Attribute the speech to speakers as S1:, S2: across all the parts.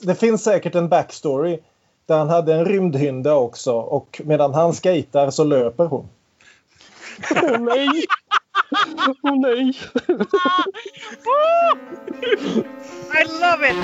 S1: Det finns säkert en backstory där han hade en rymdhynda också. Och medan han skejtar så löper hon.
S2: Åh nej! Åh nej!
S3: I love it!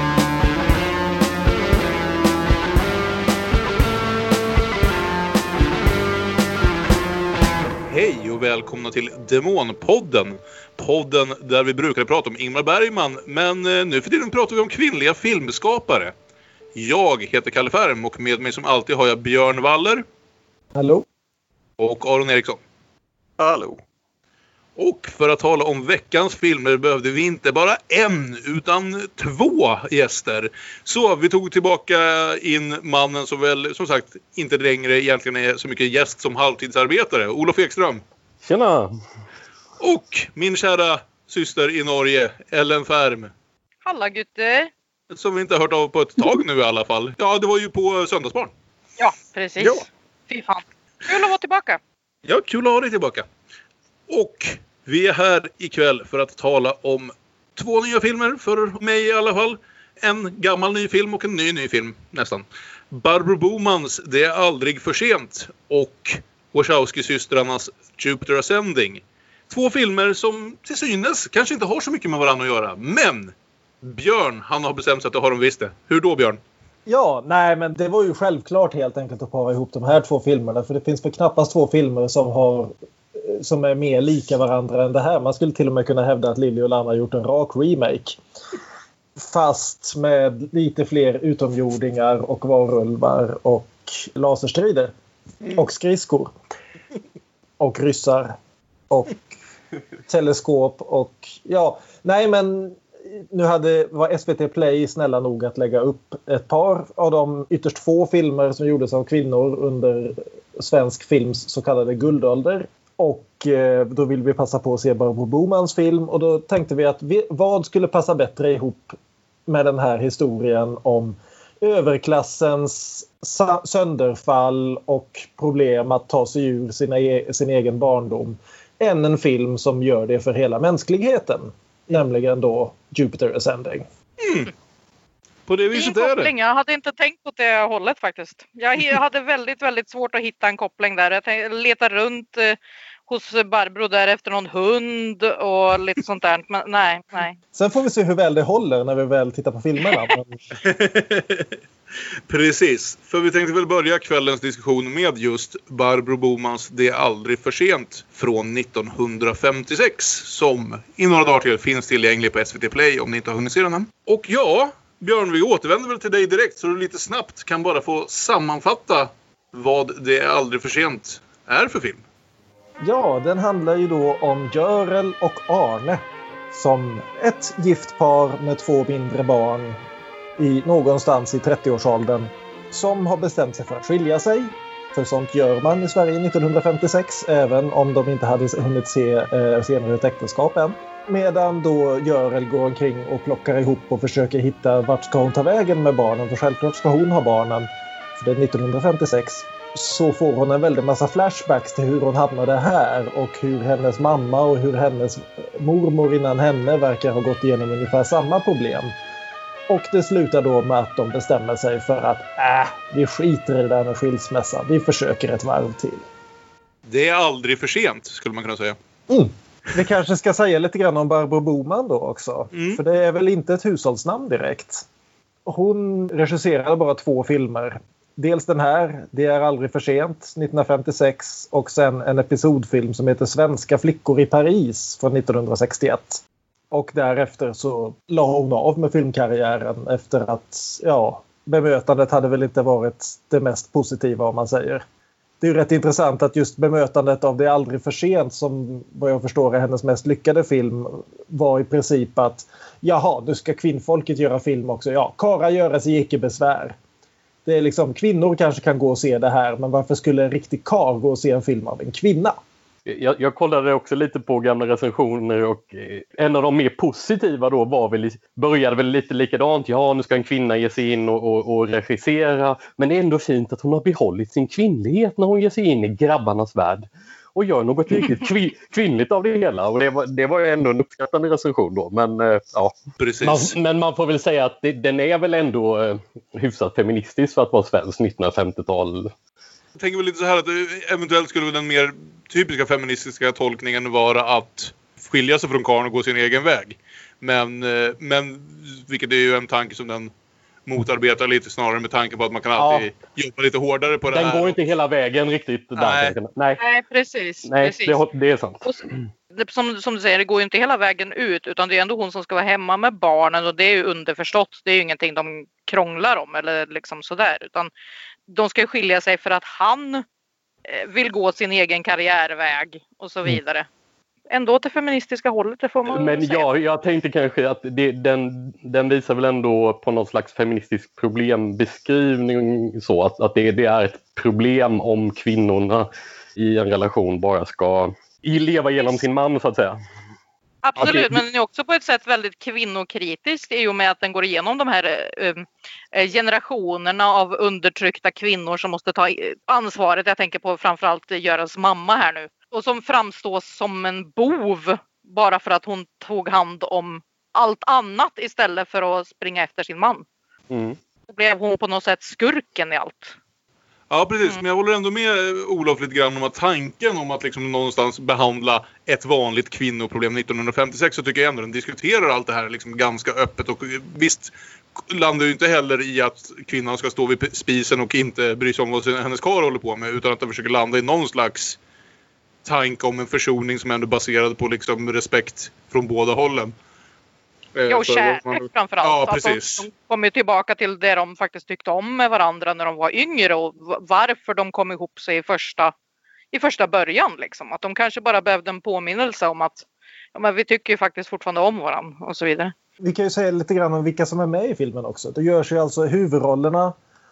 S4: Hej och välkomna till Demonpodden. Podden där vi brukar prata om Ingmar Bergman, men nu för tiden pratar vi om kvinnliga filmskapare. Jag heter Kalle Färm och med mig som alltid har jag Björn Waller.
S1: Hallå?
S4: Och Aron Eriksson.
S5: Hallå.
S4: Och för att tala om veckans filmer behövde vi inte bara en utan två gäster. Så vi tog tillbaka in mannen som väl som sagt inte längre egentligen är så mycket gäst som halvtidsarbetare. Olof Ekström.
S2: Tjena!
S4: Och min kära syster i Norge, Ellen Färm.
S3: Halla gutter!
S4: Som vi inte har hört av på ett tag nu i alla fall. Ja, det var ju på Söndagsbarn.
S3: Ja, precis.
S4: Ja.
S3: Fy fan. Kul att vara tillbaka.
S4: Ja, kul att ha dig tillbaka. Och vi är här ikväll för att tala om två nya filmer, för mig i alla fall. En gammal ny film och en ny film, nästan. Barbro Bomans Det är aldrig för sent och Wachowski-systrarnas Jupiter Ascending. Två filmer som till synes kanske inte har så mycket med varandra att göra. Men Björn, han har bestämt sig att det har de visst det. Hur då, Björn?
S1: Ja, nej men det var ju självklart helt enkelt att para ihop de här två filmerna. För det finns väl knappast två filmer som är mer lika varandra än det här. Man skulle till och med kunna hävda att Lili och Lana har gjort en rak remake. Fast med lite fler utomjordingar och varulvar och laserstrider. Och skridskor. Och ryssar. Och teleskop och ja, nej men nu var SVT Play snälla nog att lägga upp ett par av de ytterst få filmer som gjordes av kvinnor under svensk films så kallade guldålder. Och då vill vi passa på att se Barbro Bomans film. Och då tänkte vi att vad skulle passa bättre ihop med den här historien om överklassens sönderfall och problem att ta sig ur sin egen barndom än en film som gör det för hela mänskligheten. Nämligen då Jupiter Ascending.
S4: På det viset är det.
S3: Jag hade inte tänkt på det hållet faktiskt. Jag hade väldigt, väldigt svårt att hitta en koppling där. Jag letade runt hos Barbro där efter någon hund och lite sånt där. Men nej.
S1: Sen får vi se hur väl det håller när vi väl tittar på filmerna.
S4: Precis, för vi tänkte väl börja kvällens diskussion med just Barbro Bomans Det är aldrig för sent från 1956 som i några dagar till finns tillgänglig på SVT Play om ni inte har hunnit se den än. Och ja, Björn, vi återvänder väl till dig direkt så du lite snabbt kan bara få sammanfatta vad Det är aldrig för sent är för film.
S1: Ja, den handlar ju då om Görel och Arne som ett gift par med två mindre barn någonstans i 30-årsåldern som har bestämt sig för att skilja sig. För sånt gör man i Sverige 1956 även om de inte hade hunnit se senare ett äktenskap än. Medan då Görel går omkring och plockar ihop och försöker hitta vart ska hon ta vägen med barnen. För självklart ska hon ha barnen. För det är 1956. Så får hon en väldigt massa flashbacks till hur hon hamnade här och hur hennes mamma och hur hennes mormor innan henne verkar ha gått igenom ungefär samma problem. Och det slutar då med att de bestämmer sig för att vi skiter i det där med skilsmässa. Vi försöker ett varv till.
S4: Det är aldrig för sent, skulle man kunna säga.
S1: Vi kanske ska säga lite grann om Barbro Boman då också. För det är väl inte ett hushållsnamn direkt. Hon regisserade bara 2 filmer. Dels den här, Det är aldrig för sent, 1956. Och sen en episodfilm som heter Svenska flickor i Paris från 1961. Och därefter så la hon av med filmkarriären efter att bemötandet hade väl inte varit det mest positiva om man säger. Det är ju rätt intressant att just bemötandet av Det är aldrig för sent som vad jag förstår är hennes mest lyckade film var i princip att nu ska kvinnfolket göra film också. Ja, kara göra sig icke besvär. Det är liksom, kvinnor kanske kan gå och se det här men varför skulle en riktig karl gå och se en film av en kvinna?
S2: Jag kollade också lite på gamla recensioner och en av de mer positiva då började väl lite likadant. Ja, nu ska en kvinna ge sig in och regissera. Men det är ändå fint att hon har behållit sin kvinnlighet när hon ger sig in i grabbarnas värld. och gör något riktigt kvinnligt av det hela. Och det var ju ändå en uppskattande recension då. Men ja,
S4: precis.
S2: Men man får väl säga att den är väl ändå hyfsat feministisk för att vara svensk 1950-tal.
S4: Jag tänker väl lite så här att eventuellt skulle den mer typiska feministiska tolkningen vara att skilja sig från karln och gå sin egen väg. Men vilket är ju en tanke som den motarbetar lite snarare med tanke på att man kan alltid jobba lite hårdare på det här.
S2: Den går inte hela vägen riktigt.
S3: Nej, precis.
S2: Nej, precis. Det är sant.
S3: Och som du säger, det går ju inte hela vägen ut, utan det är ändå hon som ska vara hemma med barnen, och det är ju underförstått. Det är ju ingenting de krånglar om eller liksom sådär, utan de ska ju skilja sig för att han vill gå sin egen karriärväg och så vidare. Ändå till feministiska hållet, det får man
S2: men
S3: säga.
S2: Jag tänkte kanske att den visar väl ändå på någon slags feministisk problembeskrivning, så att det är ett problem om kvinnorna i en relation bara ska leva genom sin man, så att säga.
S3: Absolut, men den är också på ett sätt väldigt kvinnokritisk i och med att den går igenom de här generationerna av undertryckta kvinnor som måste ta ansvaret. Jag tänker på framförallt Görels mamma här nu. Och som framstås som en bov bara för att hon tog hand om allt annat istället för att springa efter sin man. Då blev hon på något sätt skurken i allt.
S4: Ja, precis. Men jag håller ändå med Olof lite grann om att tanken om att liksom någonstans behandla ett vanligt kvinnoproblem 1956, så tycker jag ändå den diskuterar allt det här liksom ganska öppet. Och visst landar ju inte heller i att kvinnan ska stå vid spisen och inte bry sig om vad hennes karl håller på med, utan att den försöker landa i någon slags tanke om en försoning som ändå baserad på liksom respekt från båda hållen.
S3: Ja, och kärlek framförallt.
S4: Ja, precis.
S3: De kommer tillbaka till det de faktiskt tyckte om med varandra när de var yngre, och varför de kom ihop sig i första början. Liksom. Att de kanske bara behövde en påminnelse om att men vi tycker ju faktiskt fortfarande om varandra och så vidare.
S1: Vi kan ju säga lite grann om vilka som är med i filmen också. Det görs ju alltså huvudrollerna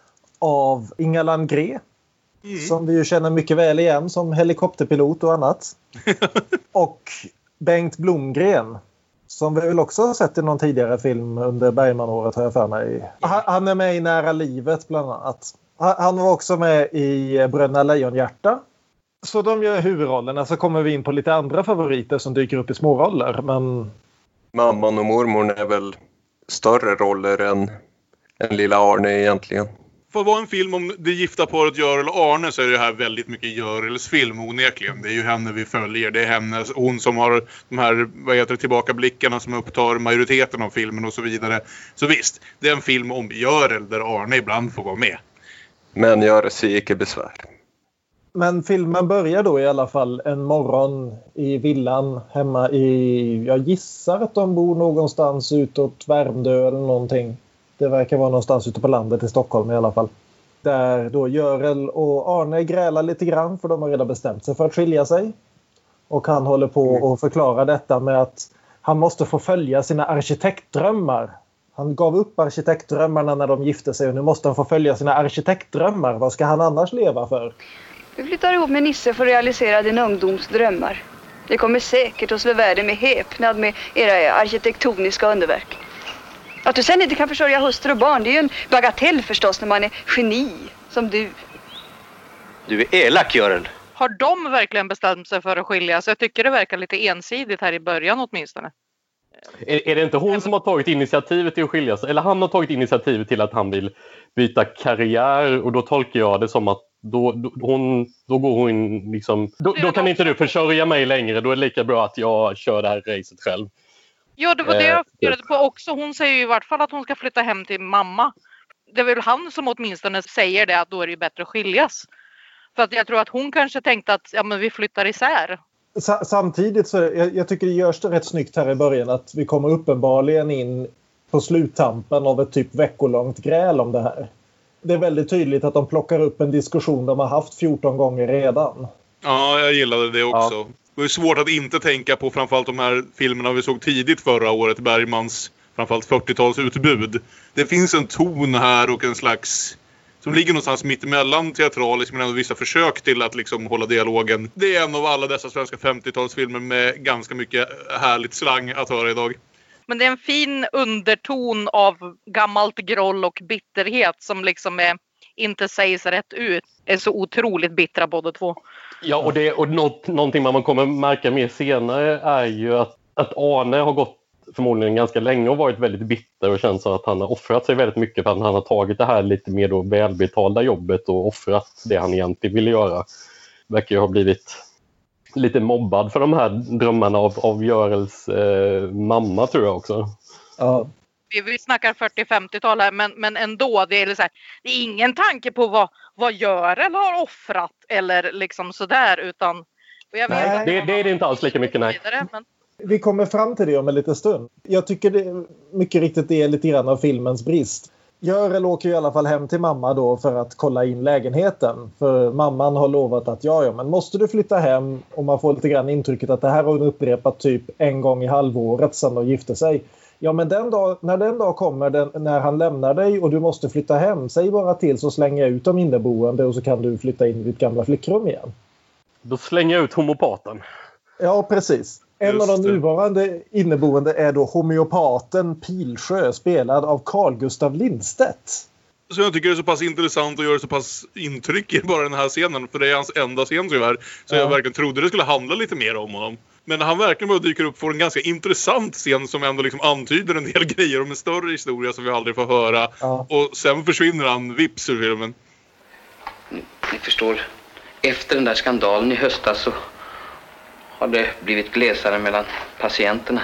S1: av Inga Landgren. Som vi ju känner mycket väl igen som helikopterpilot och annat. Och Bengt Blomgren, som vi väl också har sett i någon tidigare film under Bergman-året, har jag för mig. Han är med i Nära livet bland annat. Han var också med i Bröderna Lejonhjärta. Så de gör huvudrollerna, så kommer vi in på lite andra favoriter som dyker upp i småroller. Men
S5: mamman och mormor är väl större roller än lilla Arne egentligen.
S4: För att vara en film om det gifta paret Görel och Arne, så är det här väldigt mycket Görels film onekligen. Det är ju henne vi följer. Det är hon som har de här tillbakablickarna som upptar majoriteten av filmen och så vidare. Så visst, det är en film om Görel där Arne ibland får vara med.
S5: Men gör sig icke besvär. Men
S1: filmen börjar då i alla fall en morgon i villan hemma i, jag gissar att de bor någonstans utåt Värmdö eller någonting. Det verkar vara någonstans ute på landet i Stockholm i alla fall. Där då Görel och Arne grälar lite grann, för de har redan bestämt sig för att skilja sig. Och han håller på att förklara detta med att han måste få följa sina arkitektdrömmar. Han gav upp arkitektdrömmarna när de gifte sig, och nu måste han få följa sina arkitektdrömmar. Vad ska han annars leva för?
S6: Du flyttar ihop med Nisse för att realisera din ungdomsdrömmar. Det kommer säkert att slå världen med häpnad med era arkitektoniska underverk. Att du sen inte kan försörja hustru och barn, det är ju en bagatell förstås när man är geni som du.
S7: Du är elak, Görel.
S3: Har de verkligen bestämt sig för att skilja sig? Jag tycker det verkar lite ensidigt här i början åtminstone.
S2: Är det inte hon som har tagit initiativet till att skilja sig? Eller han har tagit initiativet till att han vill byta karriär, och då tolkar jag det som att då går hon liksom... Då kan inte du försörja mig längre, då är det lika bra att jag kör det här racet själv.
S3: Ja, det var det jag funderade på också. Hon säger ju i vart fall att hon ska flytta hem till mamma. Det är väl han som åtminstone säger det, att då är det ju bättre att skiljas. För att jag tror att hon kanske tänkte att men vi flyttar isär.
S1: Samtidigt så jag tycker det görs det rätt snyggt här i början att vi kommer uppenbarligen in på sluttampen av ett typ veckolångt gräl om det här. Det är väldigt tydligt att de plockar upp en diskussion de har haft 14 gånger redan.
S4: Ja, jag gillade det också. Ja. Det är svårt att inte tänka på framförallt de här filmerna vi såg tidigt förra året, Bergmans framförallt 40-tals utbud. Det finns en ton här och en slags som ligger någonstans mitt emellan teatraliskt, men ändå vissa försök till att liksom hålla dialogen. Det är en av alla dessa svenska 50-talsfilmer med ganska mycket härligt slang att höra idag.
S3: Men det är en fin underton av gammalt groll och bitterhet som liksom är inte sägs rätt ut är så otroligt bittra båda två.
S2: Ja, och någonting man kommer märka mer senare är ju att Arne har gått förmodligen ganska länge och varit väldigt bitter och känns som att han har offrat sig väldigt mycket för att han har tagit det här lite mer då välbetalda jobbet och offrat det han egentligen ville göra. Verkar ju ha blivit lite mobbad för de här drömmarna av Görels mamma, tror jag också.
S1: Ja.
S3: Vi snackar 40-50-tal här, men ändå, det är så här, det är ingen tanke på vad Görel har offrat eller liksom sådär, utan och jag vet
S1: Nej,
S2: det är det inte alls lika mycket, nej.
S3: Men...
S1: Vi kommer fram till det om en liten stund. Jag tycker det mycket riktigt är lite grann av filmens brist. Görel åker i alla fall hem till mamma då för att kolla in lägenheten. För mamman har lovat att men måste du flytta hem, och man får lite grann intrycket att det här har hon upprepat typ en gång i halvåret sedan de gifte sig. Ja, men när den dag kommer när han lämnar dig och du måste flytta hem, säg bara till så slänger jag ut de inneboende och så kan du flytta in i ditt gamla flickrum igen.
S2: Då slänger jag ut homopaten.
S1: Ja, precis. En av de nuvarande inneboende är då homeopaten Pilsjö, spelad av Carl Gustav Lindstedt.
S4: Så jag tycker det är så pass intressant och gör så pass intryck i bara den här scenen, för det är hans enda scen tyvärr. Så jag verkligen trodde det skulle handla lite mer om honom. Men när han verkligen bara dyker upp får en ganska intressant scen som ändå liksom antyder en del grejer om en större historia som vi aldrig får höra. Ja. Och sen försvinner han vips ur filmen.
S8: Ni förstår, efter den där skandalen i höstas så har det blivit glesare mellan patienterna.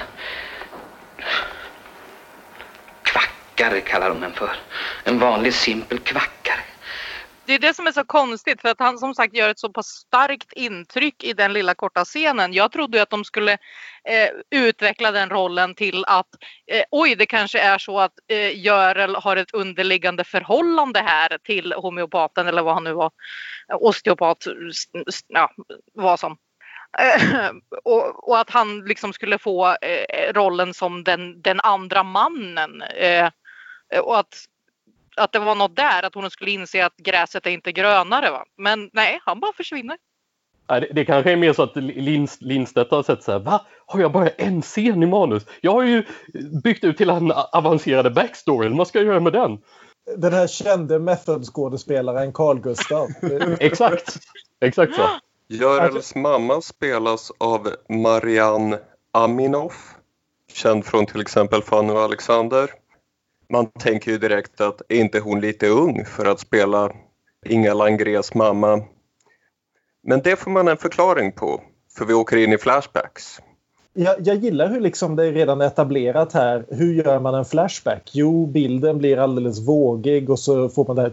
S8: Kvackare kallar de en för. En vanlig simpel kvackare.
S3: Det är det som är så konstigt, för att han som sagt gör ett så pass starkt intryck i den lilla korta scenen. Jag trodde att de skulle utveckla den rollen till att det kanske är så att Görel har ett underliggande förhållande här till homeopaten eller vad han nu var, osteopat, vad som. Och att han liksom skulle få rollen som den andra mannen, och att det var något där, att hon skulle inse att gräset är inte grönare, va? Men nej, han bara försvinner.
S2: Det kanske är mer så att Lindstedt har sett så här: va? Har jag bara en scen i manus? Jag har ju byggt ut till en avancerad backstory. Vad ska jag göra med den?
S1: Den här kände method-skådespelaren Carl Gustav.
S2: Exakt så.
S5: Görels mamma spelas av Marianne Aminoff, känd från till exempel Fanny och Alexander. Man tänker ju direkt att är inte hon lite ung för att spela Inga Landgrens mamma? Men det får man en förklaring på, för vi åker in i flashbacks.
S1: Jag gillar hur liksom det är redan etablerat här. Hur gör man en flashback? Jo, bilden blir alldeles vågig och så får man det här.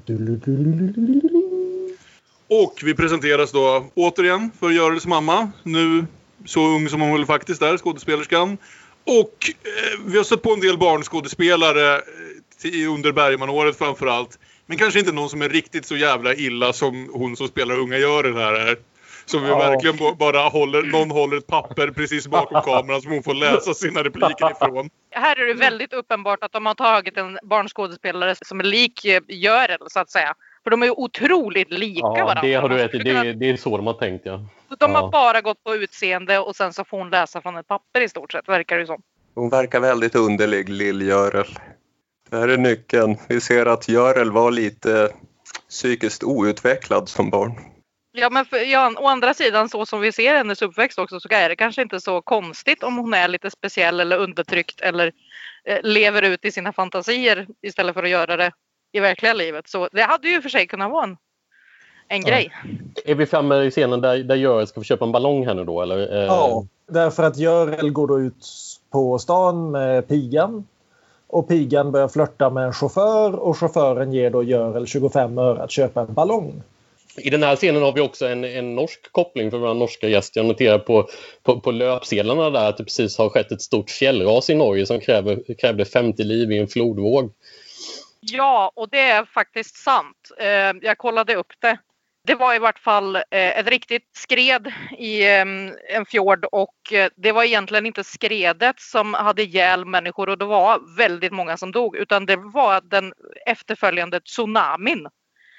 S4: Och vi presenteras då återigen för Görels mamma. Nu så ung som hon väl faktiskt är, skådespelerskan. Och vi har sett på en del barnskådespelare under Bergmanåret framförallt. Men kanske inte någon som är riktigt så jävla illa som hon som spelar unga Görel här är. Som vi verkligen bara håller ett papper precis bakom kameran som hon får läsa sina repliker ifrån.
S3: Här är det väldigt uppenbart att de har tagit en barnskådespelare som är lik Görel, så att säga. För de är ju otroligt lika varandra.
S2: Det har du rätt i. Det är så de har tänkt, ja.
S3: De har bara gått på utseende och sen så får hon läsa från ett papper i stort sett, verkar det som.
S5: Hon verkar väldigt underlig, lill-Görel. Det här är nyckeln. Vi ser att Görel var lite psykiskt outvecklad som barn.
S3: Ja, men å andra sidan, så som vi ser hennes uppväxt också, så är det kanske inte så konstigt om hon är lite speciell eller undertryckt eller lever ut i sina fantasier istället för att göra det i verkliga livet. Så det hade ju för sig kunnat vara en grej.
S2: Är vi framme i scenen där Görel ska få köpa en ballong här nu då? Eller?
S1: Ja, därför att Görel går då ut på stan med pigan. Och pigan börjar flirta med en chaufför och chauffören ger då Görel 25 öre att köpa en ballong.
S2: I den här scenen har vi också en norsk koppling för våra norska gäster. Jag noterar på löpsedlarna där att det precis har skett ett stort fjällras i Norge som krävde 50 liv i en flodvåg.
S3: Ja, och det är faktiskt sant. Jag kollade upp det. Det var i vart fall ett riktigt skred i en fjord, och det var egentligen inte skredet som hade ihjäl människor och det var väldigt många som dog, utan det var den efterföljande tsunamin.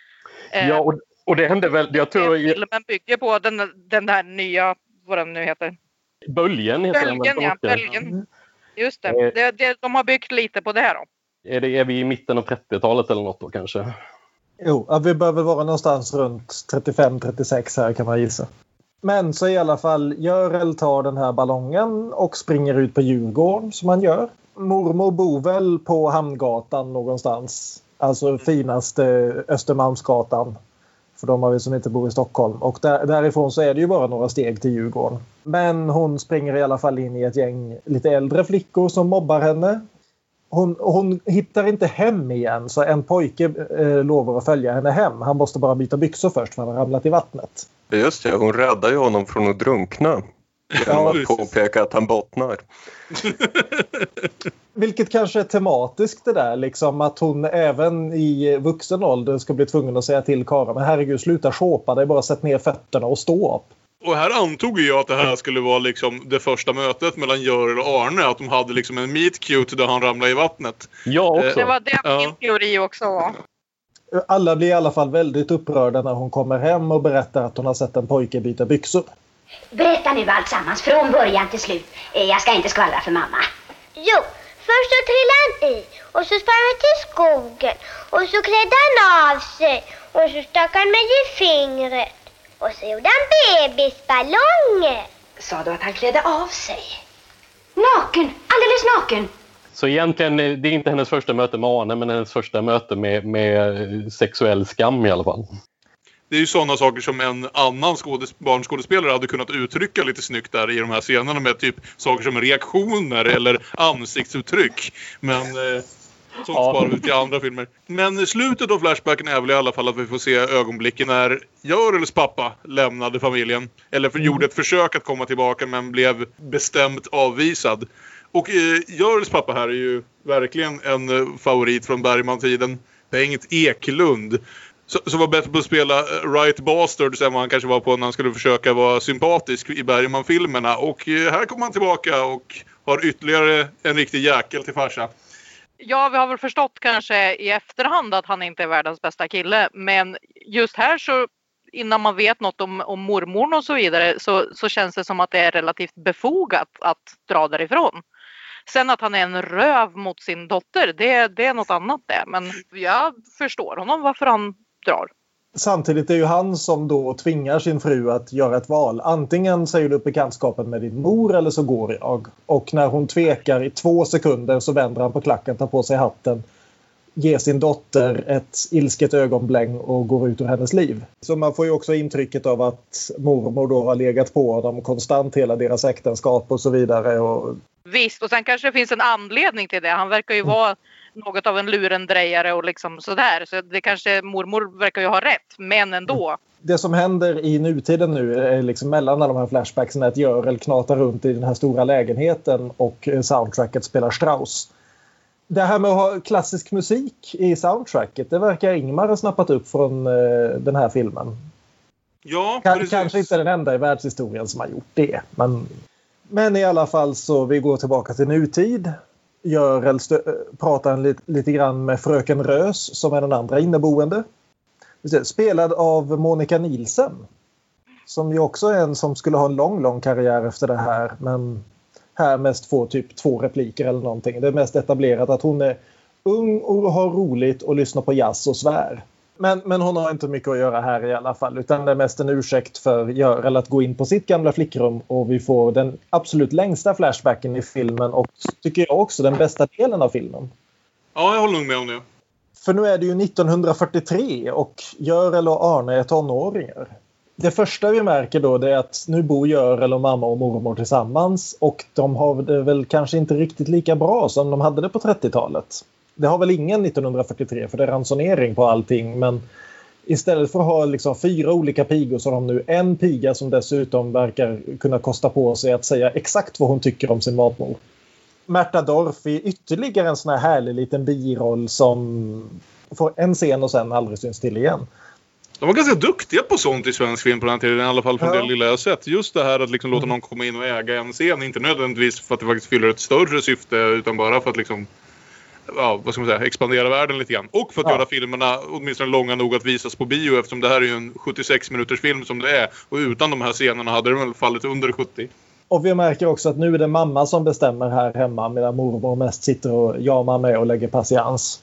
S2: Ja, och det hände väl, jag tror...
S3: Filmen bygger på den här nya, vad den nu heter.
S2: Böljen heter den.
S3: Böljen, ja. Böljen. Just det. De har byggt lite på det här då.
S2: Är vi i mitten av 30-talet eller något då kanske?
S1: Jo, vi behöver vara någonstans runt 35-36 här kan man gissa. Men så i alla fall, Görel tar den här ballongen och springer ut på Djurgården som han gör. Mormor bor väl på Hamngatan någonstans. Alltså finaste Östermalmsgatan. För de av er som inte bor i Stockholm. Och därifrån så är det ju bara några steg till Djurgården. Men hon springer i alla fall in i ett gäng lite äldre flickor som mobbar henne. Hon hittar inte hem igen, så en pojke lovar att följa henne hem. Han måste bara byta byxor först för han har ramlat i vattnet.
S5: Just det, hon räddar ju honom från att drunkna. Genom att påpeka att han bottnar.
S1: Vilket kanske är tematiskt det där, liksom att hon även i vuxen ålder ska bli tvungen att säga till Kara, men herregud, sluta shoppa dig, bara sätt ner fötterna och stå upp.
S4: Och här antog jag att det här skulle vara liksom det första mötet mellan Görel och Arne. Att de hade liksom en meet cute där han ramlade i vattnet.
S2: Ja, också.
S3: Det var det min teori också var.
S1: Alla blir i alla fall väldigt upprörda när hon kommer hem och berättar att hon har sett en pojke byta byxor.
S9: Berätta nu alltsammans från början till slut. Jag ska inte skvallra för mamma.
S10: Jo, först så trillade han i och så sprang han till skogen och så klädde han av sig och så stack han mig i fingret. Och så gjorde han bebisballonger.
S9: Sa du att han klädde av sig? Naken, alldeles naken.
S2: Så egentligen, det är inte hennes första möte med Arne, men hennes första möte med sexuell skam i alla fall.
S4: Det är ju sådana saker som en annan barnskådespelare hade kunnat uttrycka lite snyggt där i de här scenerna med typ saker som reaktioner eller ansiktsuttryck. Men sånt sparar vi till andra filmer. Men slutet av Flashbacken är väl i alla fall att vi får se ögonblicken när Görels pappa lämnade familjen. Eller gjorde ett försök att komma tillbaka men blev bestämt avvisad. Och Görels pappa här är ju verkligen en favorit från Bergman-tiden. Bengt Eklund. Så var bättre på att spela Right Bastards än vad han kanske var på när han skulle försöka vara sympatisk i Bergman-filmerna. Och här kommer han tillbaka och har ytterligare en riktig jäkel till farsa.
S3: Ja, vi har väl förstått kanske i efterhand att han inte är världens bästa kille. Men just här så, innan man vet något om mormor och så vidare, så känns det som att det är relativt befogat att dra därifrån. Sen att han är en röv mot sin dotter, det är något annat det. Men jag förstår honom varför han drar.
S1: Samtidigt är ju han som då tvingar sin fru att göra ett val. Antingen säger du upp bekantskapen med din mor eller så går jag. Och när hon tvekar i 2 sekunder så vänder han på klacken, tar på sig hatten, ger sin dotter ett ilsket ögonbläng och går ut ur hennes liv. Så man får ju också intrycket av att mormor då har legat på dem konstant hela deras äktenskap och så vidare.
S3: Visst, och sen kanske det finns en anledning till det. Han verkar ju vara något av en lurendrejare och liksom sådär. Så det kanske, mormor verkar ju ha rätt, men ändå.
S1: Det som händer i nutiden nu är liksom mellan alla de här flashbacksen att Görel knatar runt i den här stora lägenheten och soundtracket spelar Strauss. Det här med att ha klassisk musik i soundtracket, det verkar Ingmar ha snappat upp från den här filmen.
S4: Ja,
S1: kanske inte den enda i världshistorien som har gjort det. Men i alla fall så vi går tillbaka till nutid. Görel pratar lite grann med fröken Rös som är den andra inneboende. Spelad av Monica Nielsen. Som ju också är en som skulle ha en lång karriär efter det här. Men här mest får typ 2 repliker eller någonting. Det är mest etablerat att hon är ung och har roligt och lyssnar på jazz och svär. Men hon har inte mycket att göra här i alla fall. Utan det är mest en ursäkt för Görel att gå in på sitt gamla flickrum. Och vi får den absolut längsta flashbacken i filmen. Och tycker jag också den bästa delen av filmen.
S4: Ja, jag håller nog med om det.
S1: För nu är det ju 1943 och Görel och Arne är tonåringar. Det första vi märker då är att nu bor Görel och mamma och mormor tillsammans. Och de har det väl kanske inte riktigt lika bra som de hade det på 30-talet. Det har väl ingen 1943 för det är ransonering på allting. Men istället för att ha liksom 4 olika pigor så har de nu en piga som dessutom verkar kunna kosta på sig att säga exakt vad hon tycker om sin matmor. Märta Dorf är ytterligare en sån här härlig liten biroll som får en scen och sen aldrig syns till igen.
S4: De var ganska duktiga på sånt i svensk film på den här tiden, i alla fall från det lilla jag sett. Just det här att liksom låta någon komma in och äga en scen, inte nödvändigtvis för att det faktiskt fyller ett större syfte utan bara för att liksom, ja, vad ska man säga, expandera världen lite grann. Och för att göra filmerna åtminstone långa nog att visas på bio eftersom det här är ju en 76 minuters film som det är. Och utan de här scenerna hade det väl fallit under 70.
S1: Och vi märker också att nu är det mamma som bestämmer här hemma medan mormor mest sitter och jamar med och lägger patiens.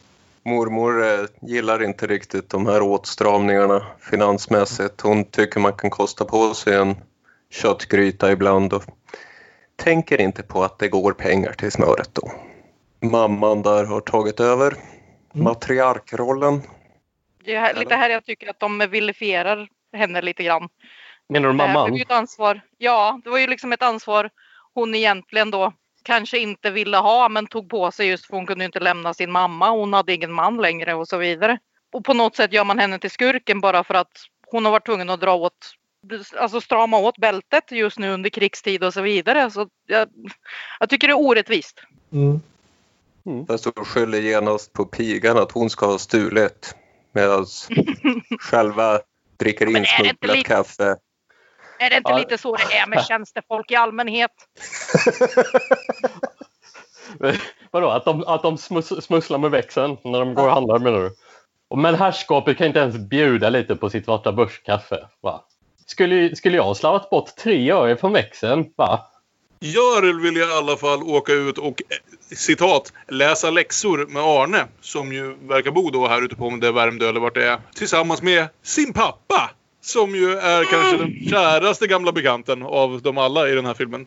S5: Mormor gillar inte riktigt de här åtstramningarna finansmässigt. Hon tycker man kan kosta på sig en köttgryta ibland och tänker inte på att det går pengar till smöret då. Mamman där har tagit över matriarkrollen.
S3: Det är lite här jag tycker att de vilifierar henne lite grann.
S2: Menar du mamman?
S3: Det var ju ett ansvar. Ja, det var ju liksom ett ansvar hon egentligen då kanske inte ville ha, men tog på sig just för hon kunde inte lämna sin mamma. Hon hade ingen man längre och så vidare. Och på något sätt gör man henne till skurken bara för att hon har varit tvungen att strama åt bältet just nu under krigstid och så vidare. Så jag tycker det är orättvist.
S5: Fast hon skyller genast på pigan att hon ska ha stulit. Medan själva dricker insmugglat kaffe.
S3: Är det inte lite så det är med tjänstefolk i allmänhet?
S2: Vadå? Att de smusslar med växeln när de går och handlar, menar du? Men herrskapet kan inte ens bjuda lite på sitt svarta börskaffe, va? Skulle jag ha slavat bort 3 öre från växeln, va?
S4: Görel vill i alla fall åka ut och, citat, läsa läxor med Arne, som ju verkar bo då här ute på om det är Värmdö eller vart det är, tillsammans med sin pappa, som ju är kanske den käraste gamla bekanten av dem alla i den här filmen.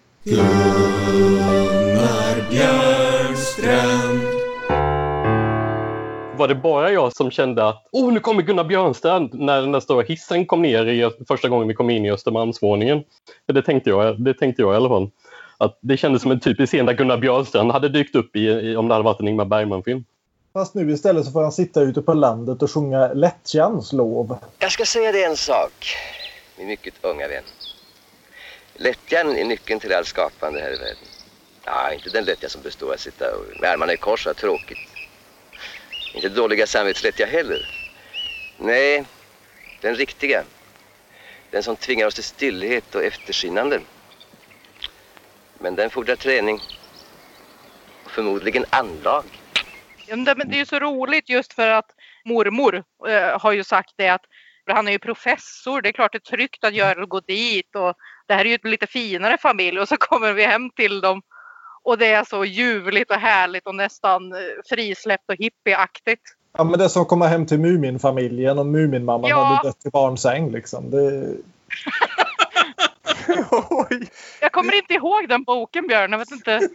S11: Gunnar Björnstrand.
S2: Var det bara jag som kände att nu kommer Gunnar Björnstrand när den där stora hissen kom ner första gången vi kom in i Östermalmsvåningen? Det tänkte jag i alla fall. Att det kändes som en typisk scen där Gunnar Björnstrand hade dykt upp i om det hade varit en Ingmar Bergman-film.
S1: Fast nu istället så får han sitta ute på landet och sjunga Lättjans lov.
S12: Jag ska säga dig en sak, min mycket unga vän. Lättjan är nyckeln till all skapande här i världen. Ja, inte den lättja som består av att sitta med armarna i kors och tråkigt. Inte dåliga samvetslättja heller. Nej, den riktiga. Den som tvingar oss till stillhet och eftersinnande. Men den fordrar träning. Och förmodligen anlag.
S3: Ja, men det är ju så roligt just för att mormor har ju sagt det att han är ju professor. Det är klart det är tryggt att göra och gå dit. Och det här är ju ett lite finare familj. Och så kommer vi hem till dem. Och det är så ljuvligt och härligt och nästan frisläppt och hippieaktigt.
S1: Ja, men det som kommer hem till Muminfamiljen och Muminmamman hade dött i barnsäng liksom. Det...
S3: Jag kommer inte ihåg den boken, Björn. Jag vet inte.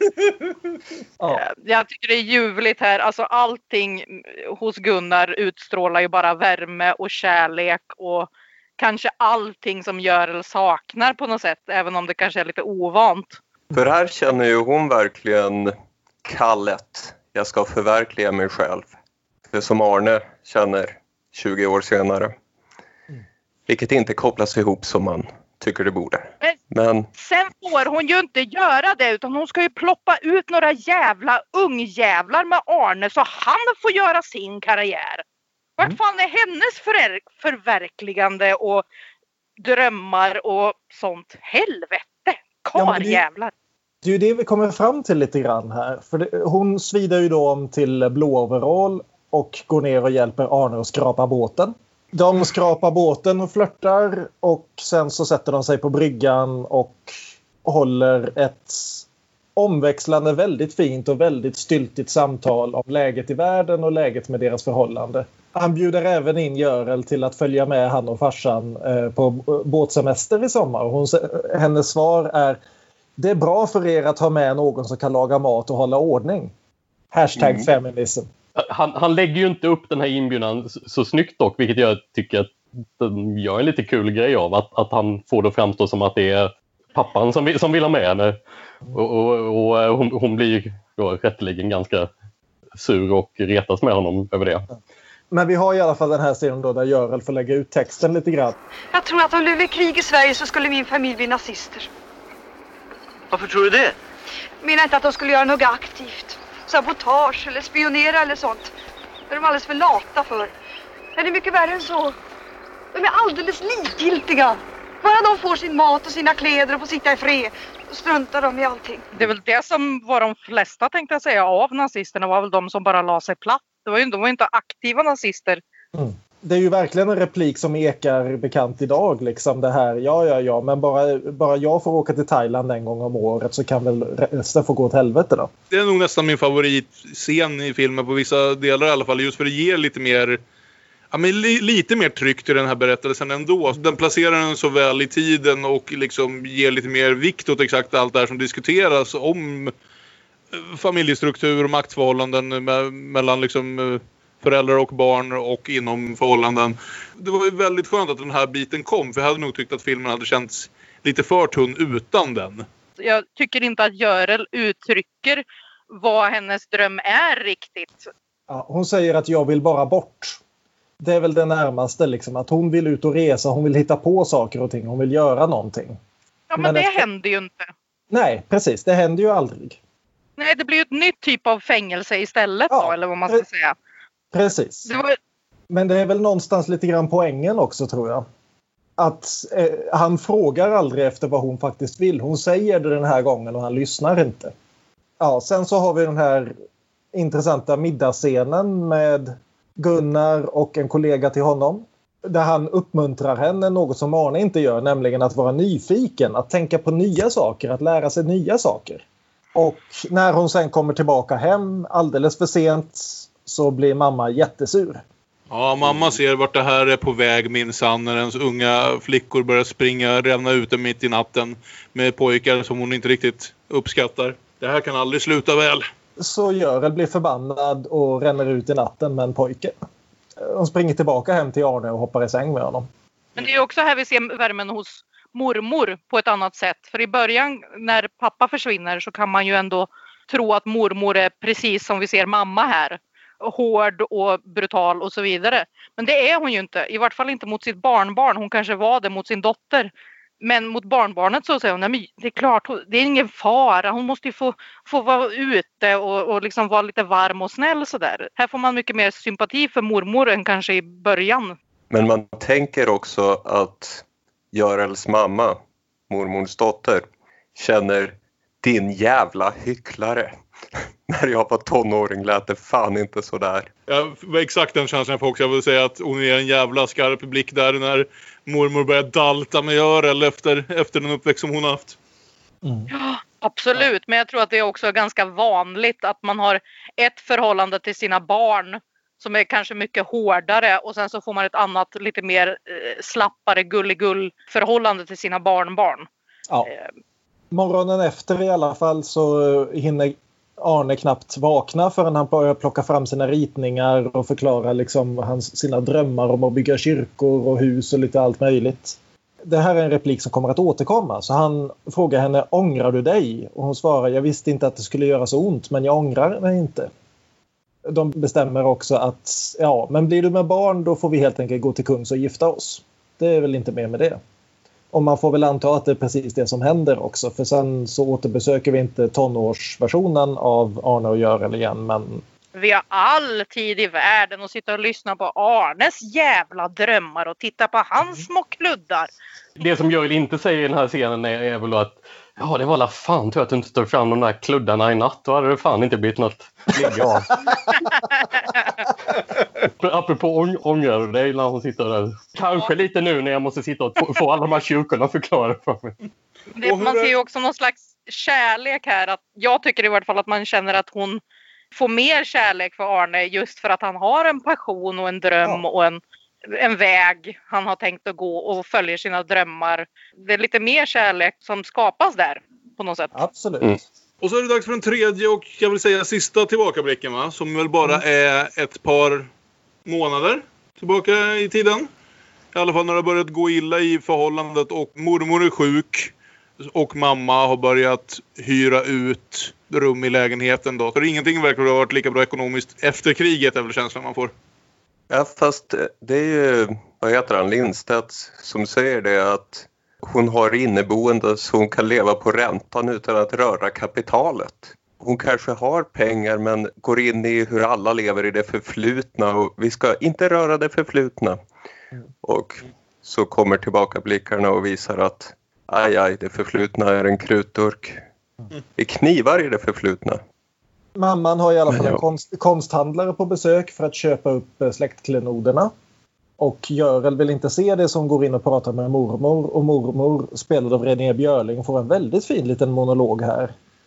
S3: Jag tycker det är ljuvligt här. Alltså allting hos Gunnar utstrålar ju bara värme och kärlek och kanske allting som Görel saknar på något sätt. Även om det kanske är lite ovant.
S5: För här känner ju hon verkligen kallet. Jag ska förverkliga mig själv. Det som Arne känner 20 år senare. Vilket inte kopplas ihop som man tycker det borde. Men
S3: sen får hon ju inte göra det, utan hon ska ju ploppa ut några jävla ungjävlar med Arne så han får göra sin karriär. Vart fan är hennes förverkligande och drömmar och sånt? Helvete, karjävlar.
S1: Det är ju det vi kommer fram till lite grann här. För hon svider ju då om till blå overall och går ner och hjälper Arne att skrapa båten. De skrapar båten och flörtar och sen så sätter de sig på bryggan och håller ett omväxlande väldigt fint och väldigt styltigt samtal om läget i världen och läget med deras förhållande. Han bjuder även in Görel till att följa med han och farsan på båtsemester i sommar. Hennes svar är: det är bra för er att ha med någon som kan laga mat och hålla ordning. #feminism.
S2: Han lägger ju inte upp den här inbjudan så snyggt dock, vilket jag tycker att de gör en lite kul grej av. Att han får det att framstå som att det är pappan som vill ha med henne. Och hon blir då rätteligen ganska sur och retas med honom över det.
S1: Men vi har i alla fall den här scenen då där Görel får lägga ut texten lite grann.
S6: Jag tror att om det blev krig i Sverige så skulle min familj bli nazister.
S7: Varför tror du det?
S6: Jag menar inte att de skulle göra något aktivt. Sabotage eller spionera eller sånt. Det är de alldeles för lata för. Men det är mycket värre än så. De är alldeles likgiltiga. Bara de får sin mat och sina kläder och får sitta i fred. Då struntar de i allting.
S3: Det är väl det som var de flesta, tänkte jag säga, av nazisterna var väl de som bara la sig platt. De var ju inte aktiva nazister.
S1: Det är ju verkligen en replik som ekar bekant idag. Liksom det här, ja, men bara jag får åka till Thailand en gång om året så kan väl resten få gå åt helvete då.
S4: Det är nog nästan min favoritscen i filmen på vissa delar i alla fall. Just för det ger lite mer... Ja, men lite mer tryck till den här berättelsen ändå. Den placerar den så väl i tiden och liksom ger lite mer vikt åt exakt allt det här som diskuteras om familjestruktur och maktförhållanden mellan liksom föräldrar och barn och inom förhållanden. Det var ju väldigt skönt att den här biten kom, för jag hade nog tyckt att filmen hade känts lite för tunn utan den.
S3: Jag tycker inte att Görel uttrycker vad hennes dröm är riktigt.
S1: Ja, hon säger att jag vill bara bort. Det är väl det närmaste liksom, att hon vill ut och resa, hon vill hitta på saker och ting, hon vill göra någonting.
S3: Ja, men det händer ju inte.
S1: Nej, precis, det händer ju aldrig.
S3: Nej, det blir ju ett nytt typ av fängelse istället då, eller vad man ska säga.
S1: Precis. Men det är väl någonstans lite grann poängen också, tror jag. Att han frågar aldrig efter vad hon faktiskt vill. Hon säger det den här gången och han lyssnar inte. Ja, sen så har vi den här intressanta middagsscenen med Gunnar och en kollega till honom. Där han uppmuntrar henne något som Arne inte gör, nämligen att vara nyfiken. Att tänka på nya saker, att lära sig nya saker. Och när hon sen kommer tillbaka hem alldeles för sent så blir mamma jättesur.
S4: Ja, mamma ser vart det här är på väg minsann, när ens unga flickor börjar springa, ränna ute mitt i natten med pojkar som hon inte riktigt uppskattar. Det här kan aldrig sluta väl.
S1: Så Görel blir förbannad och ränner ut i natten med en pojke. Hon springer tillbaka hem till Arne och hoppar i säng med honom.
S3: Men det är också här vi ser värmen hos mormor på ett annat sätt. För i början när pappa försvinner så kan man ju ändå tro att mormor är precis som vi ser mamma här. Hård och brutal och så vidare. Men det är hon ju inte. I vart fall inte mot sitt barnbarn. Hon kanske var det mot sin dotter. Men mot barnbarnet så säger hon, nej, det är klart, det är ingen fara. Hon måste ju få vara ute och liksom vara lite varm och snäll sådär. Här får man mycket mer sympati för mormor än kanske i början.
S5: Men man tänker också att Görels mamma, mormors dotter, känner din jävla hycklare. När jag var tonåring lät det fan inte sådär.
S4: Ja, exakt den känslan jag får också. Jag vill säga att hon är en jävla skarp blick där när mormor börjar dalta med Görel efter den uppväxt som hon har haft.
S3: Mm. Ja, absolut. Men jag tror att det är också ganska vanligt att man har ett förhållande till sina barn som är kanske mycket hårdare och sen så får man ett annat lite mer slappare gulligull förhållande till sina barnbarn.
S1: Ja. Morgonen efter i alla fall så hinner Arne knappt vakna förrän han börjar plocka fram sina ritningar och förklara liksom sina drömmar om att bygga kyrkor och hus och lite allt möjligt. Det här är en replik som kommer att återkomma, så han frågar henne, ångrar du dig? Och hon svarar, jag visste inte att det skulle göra så ont, men jag ångrar mig inte. De bestämmer också att, ja, men blir du med barn då får vi helt enkelt gå till kungs och gifta oss. Det är väl inte mer med det. Och man får väl anta att det är precis det som händer också. För sen så återbesöker vi inte tonårsversionen av Arne och Görel igen. Men...
S3: Vi har all tid i världen att sitta och lyssna på Arnes jävla drömmar och titta på hans små kluddar.
S2: Det som Görel inte säger i den här scenen är väl att ja, det var la fan tur att du inte tog fram de där kluddarna i natt. Då hade det fan inte blivit något ligga av. Apropå ångrar du dig när hon sitter där. Kanske lite nu när jag måste sitta och få alla de här kyrkorna förklara för mig.
S3: Man ser ju också någon slags kärlek här. Att jag tycker i vart fall att man känner att hon får mer kärlek för Arne just för att han har en passion och en dröm och en väg han har tänkt att gå och följer sina drömmar. Det är lite mer kärlek som skapas där på något sätt.
S1: Absolut.
S4: Mm. Och så är det dags för den tredje och jag vill säga sista tillbakablicken, va? Som väl bara är ett par månader tillbaka i tiden. I alla fall när det har börjat gå illa i förhållandet och mormor är sjuk och mamma har börjat hyra ut rum i lägenheten då. Så ingenting verkar ha varit lika bra ekonomiskt efter kriget, är väl känslan man får.
S5: Ja, fast det är ju, vad heter han, Lindstedt som säger det, att hon har inneboende så hon kan leva på räntan utan att röra kapitalet. Hon kanske har pengar men går in i hur alla lever i det förflutna och vi ska inte röra det förflutna. Och så kommer tillbaka blickarna och visar att aj, det förflutna är en krutdurk. Det knivar i det förflutna.
S1: Mamman har i alla fall en konsthandlare på besök för att köpa upp släktklenoderna. Och Görel vill inte se det, som går in och pratar med mormor. Och mormor, spelad av René Björling, får en väldigt fin liten monolog här.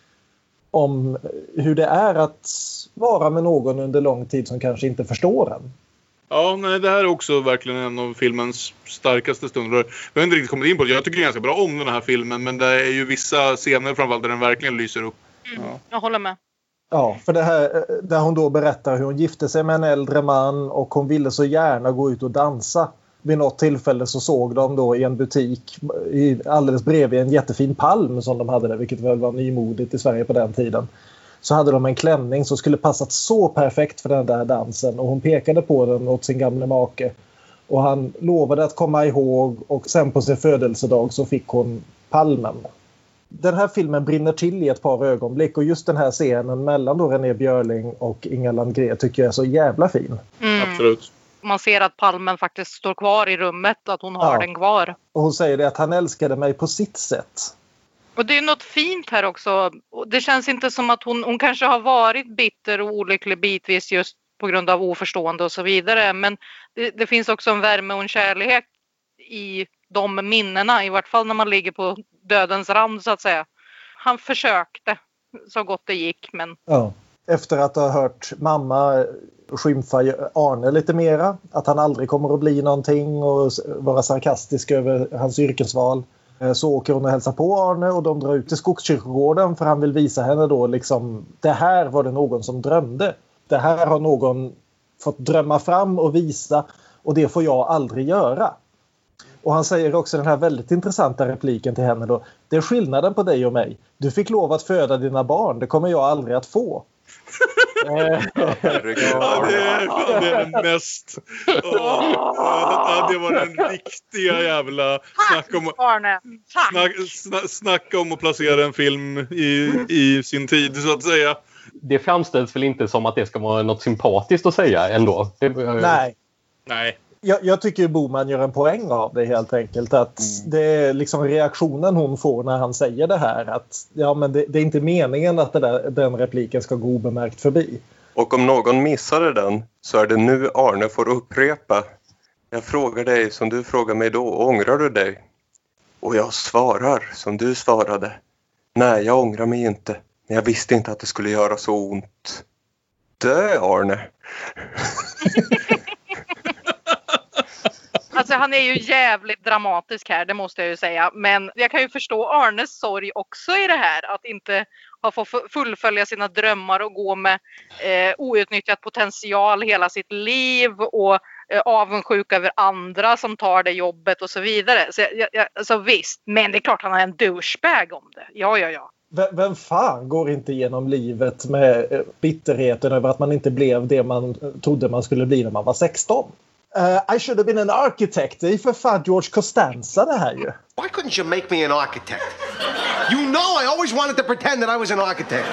S1: Om hur det är att vara med någon under lång tid som kanske inte förstår en.
S4: Ja, nej, det här är också verkligen en av filmens starkaste stunder. Jag har inte riktigt kommit in på det. Jag tycker ganska bra om den här filmen. Men det är ju vissa scener framförallt där den verkligen lyser upp.
S3: Ja. Jag håller med.
S1: Ja, för det här där hon då berättar hur hon gifte sig med en äldre man och hon ville så gärna gå ut och dansa. Vid något tillfälle så såg de då i en butik alldeles bredvid en jättefin palm som de hade där, vilket väl var nymodigt i Sverige på den tiden. Så hade de en klänning som skulle passat så perfekt för den där dansen, och hon pekade på den åt sin gamla make. Och han lovade att komma ihåg, och sen på sin födelsedag så fick hon palmen. Den här filmen brinner till i ett par ögonblick, och just den här scenen mellan då René Björling och Inga Landgren tycker jag är så jävla fin.
S4: Absolut.
S3: Man ser att palmen faktiskt står kvar i rummet, att hon har den kvar.
S1: Och hon säger det, att han älskade mig på sitt sätt.
S3: Och det är något fint här också. Det känns inte som att hon kanske har varit bitter och olycklig bitvis just på grund av oförstående och så vidare. Men det finns också en värme och en kärlek i de minnena. I vart fall när man ligger på dödens rand så att säga. Han försökte så gott det gick. Men...
S1: Ja. Efter att ha hört mamma skymfa Arne lite mera. Att han aldrig kommer att bli någonting och vara sarkastisk över hans yrkesval. Så åker hon och hälsar på Arne, och de drar ut till Skogskyrkogården för han vill visa henne då liksom, det här var det någon som drömde. Det här har någon fått drömma fram och visa, och det får jag aldrig göra. Och han säger också den här väldigt intressanta repliken till henne då. Det är skillnaden på dig och mig. Du fick lov att föda dina barn, det kommer jag aldrig att få.
S4: Ja, det är den mest... det var den riktiga jävla... Snacka om att placera en film i sin tid, så att säga.
S2: Det framställs väl inte som att det ska vara något sympatiskt att säga ändå?
S4: Nej.
S1: Jag tycker Boman gör en poäng av det helt enkelt. Att det är liksom reaktionen hon får när han säger det här. Att ja, men det är inte meningen att den repliken ska gå obemärkt förbi.
S5: Och om någon missade den så är det nu Arne får upprepa. Jag frågar dig som du frågar mig då, ångrar du dig? Och jag svarar som du svarade. Nej, jag ångrar mig inte. Men jag visste inte att det skulle göra så ont. Dö, Arne.
S3: Alltså han är ju jävligt dramatisk här, det måste jag ju säga. Men jag kan ju förstå Arnes sorg också i det här. Att inte ha fått fullfölja sina drömmar och gå med outnyttjat potential hela sitt liv. Och avundsjuk över andra som tar det jobbet och så vidare. Så alltså visst, men det är klart han har en douchebag om det. Ja.
S1: Vem fan går inte igenom livet med bitterheten över att man inte blev det man trodde man skulle bli när man var 16? I should have been an architect. Det är för fan George Costanza det här ju.
S13: Why couldn't you make me an architect? You know I always wanted to pretend that I was an architect.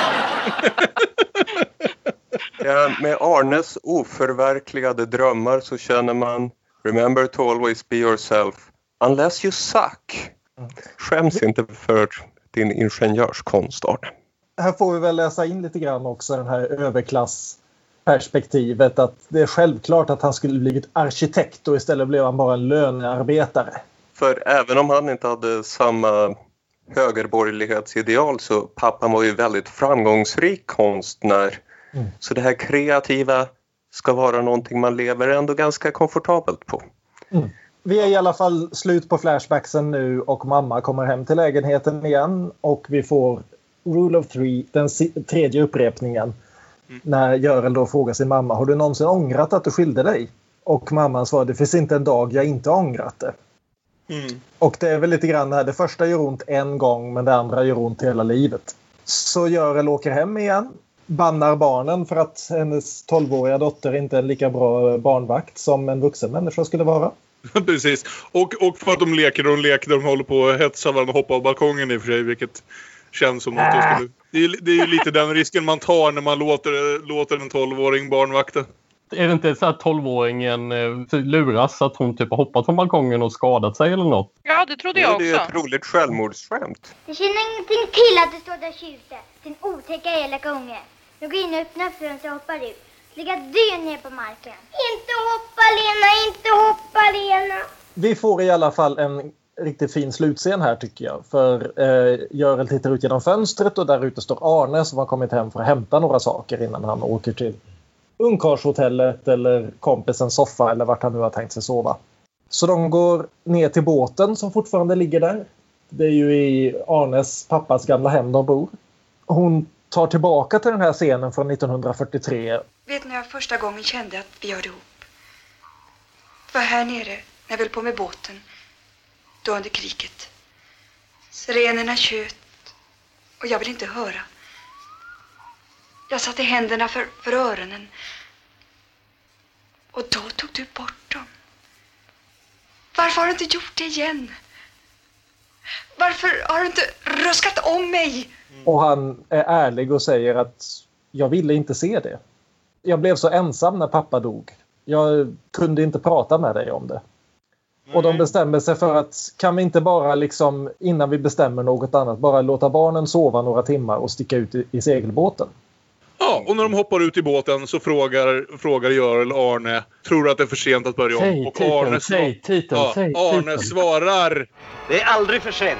S5: Ja, med Arnes oförverkligade drömmar så känner man remember to always be yourself unless you suck. Skäms inte för din ingenjörskonst, Arne.
S1: Här får vi väl läsa in lite grann också den här överklassperspektivet, att det är självklart att han skulle blivit arkitekt och istället blev han bara en lönearbetare.
S5: För även om han inte hade samma högerborgerlighetsideal så pappan var ju väldigt framgångsrik konstnär. Så det här kreativa ska vara någonting man lever ändå ganska komfortabelt på.
S1: Vi är i alla fall slut på flashbacksen nu och mamma kommer hem till lägenheten igen och vi får Rule of Three, den tredje upprepningen. När Görel då frågar sin mamma, har du någonsin ångrat att du skilde dig? Och mamman svarar, det finns inte en dag jag inte ångrat det. Och det är väl lite grann här, det första gör ont en gång men det andra gör ont hela livet. Så Görel åker hem igen, bannar barnen för att hennes 12-åriga dotter inte är en lika bra barnvakt som en vuxen människa skulle vara.
S4: Precis, och för att de leker, de håller på att hetsa varandra och hoppa av balkongen i och för sig, vilket känns som att de skulle... Det är ju lite den risken man tar när man låter en 12-åring barnvakta.
S2: Är det inte så att 12-åringen luras att hon typ har hoppat från balkongen och skadat sig eller något?
S3: Ja, det trodde jag också.
S5: Det är ett roligt självmordsskämt.
S10: Jag känner ingenting till att du står där och tjuter. Din otäcka elaka unge. Nu går in och öppnar fönstret och hoppar ut. Ligga dö ner på marken. Inte hoppa, Lena, inte
S1: Vi får i alla fall en riktigt fin slutscen här tycker jag. För Görel tittar ut genom fönstret och där ute står Arne som har kommit hem för att hämta några saker innan han åker till ungkarlshotellet eller kompisens soffa eller vart han nu har tänkt sig sova. Så de går ner till båten som fortfarande ligger där. Det är ju i Arnes pappas gamla hem de bor. Hon tar tillbaka till den här scenen från 1943.
S6: Vet ni när jag första gången kände att vi hörde ihop? Det var här nere när vi höll på med båten. Då under kriget. Sirenerna tjöt och jag vill inte höra. Jag satte händerna för öronen. Och då tog du bort dem. Varför har du inte gjort det igen? Varför har du inte ruskat om mig?
S1: Och han är ärlig och säger att jag ville inte se det. Jag blev så ensam när pappa dog. Jag kunde inte prata med dig om det. Och de bestämmer sig för att kan vi inte bara liksom innan vi bestämmer något annat bara låta barnen sova några timmar och sticka ut i segelbåten.
S4: Ja, och när de hoppar ut i båten så frågar Görel Arne, tror du att det är för sent att börja om? Och Arne svarar,
S7: det är aldrig för sent.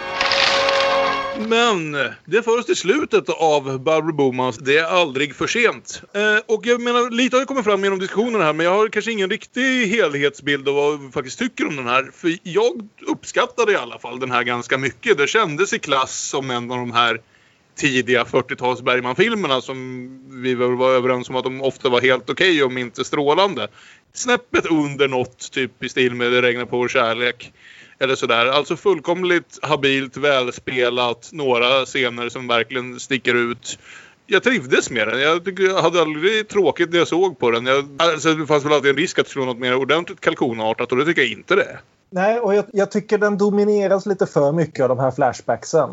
S4: Men det för oss till slutet av Barbro Bomans Det är aldrig för sent. Och jag menar, lite har ju kommit fram genom diskussionen här, men jag har kanske ingen riktig helhetsbild av vad vi faktiskt tycker om den här. För jag uppskattade i alla fall den här ganska mycket. Det kändes i klass som en av de här tidiga 40-tals Bergman-filmerna som vi var överens om att de ofta var helt okej om inte strålande. Snäppet under något typ i stil med Det regnar på vår kärlek. Eller sådär. Alltså fullkomligt habilt, välspelat. Några scener som verkligen sticker ut. Jag trivdes med den. Jag hade aldrig tråkigt när jag såg på den. Alltså, det fanns väl alltid en risk att det skulle vara något mer ordentligt kalkonartat. Och det tycker jag inte det.
S1: Nej, och jag tycker den domineras lite för mycket av de här flashbacksen.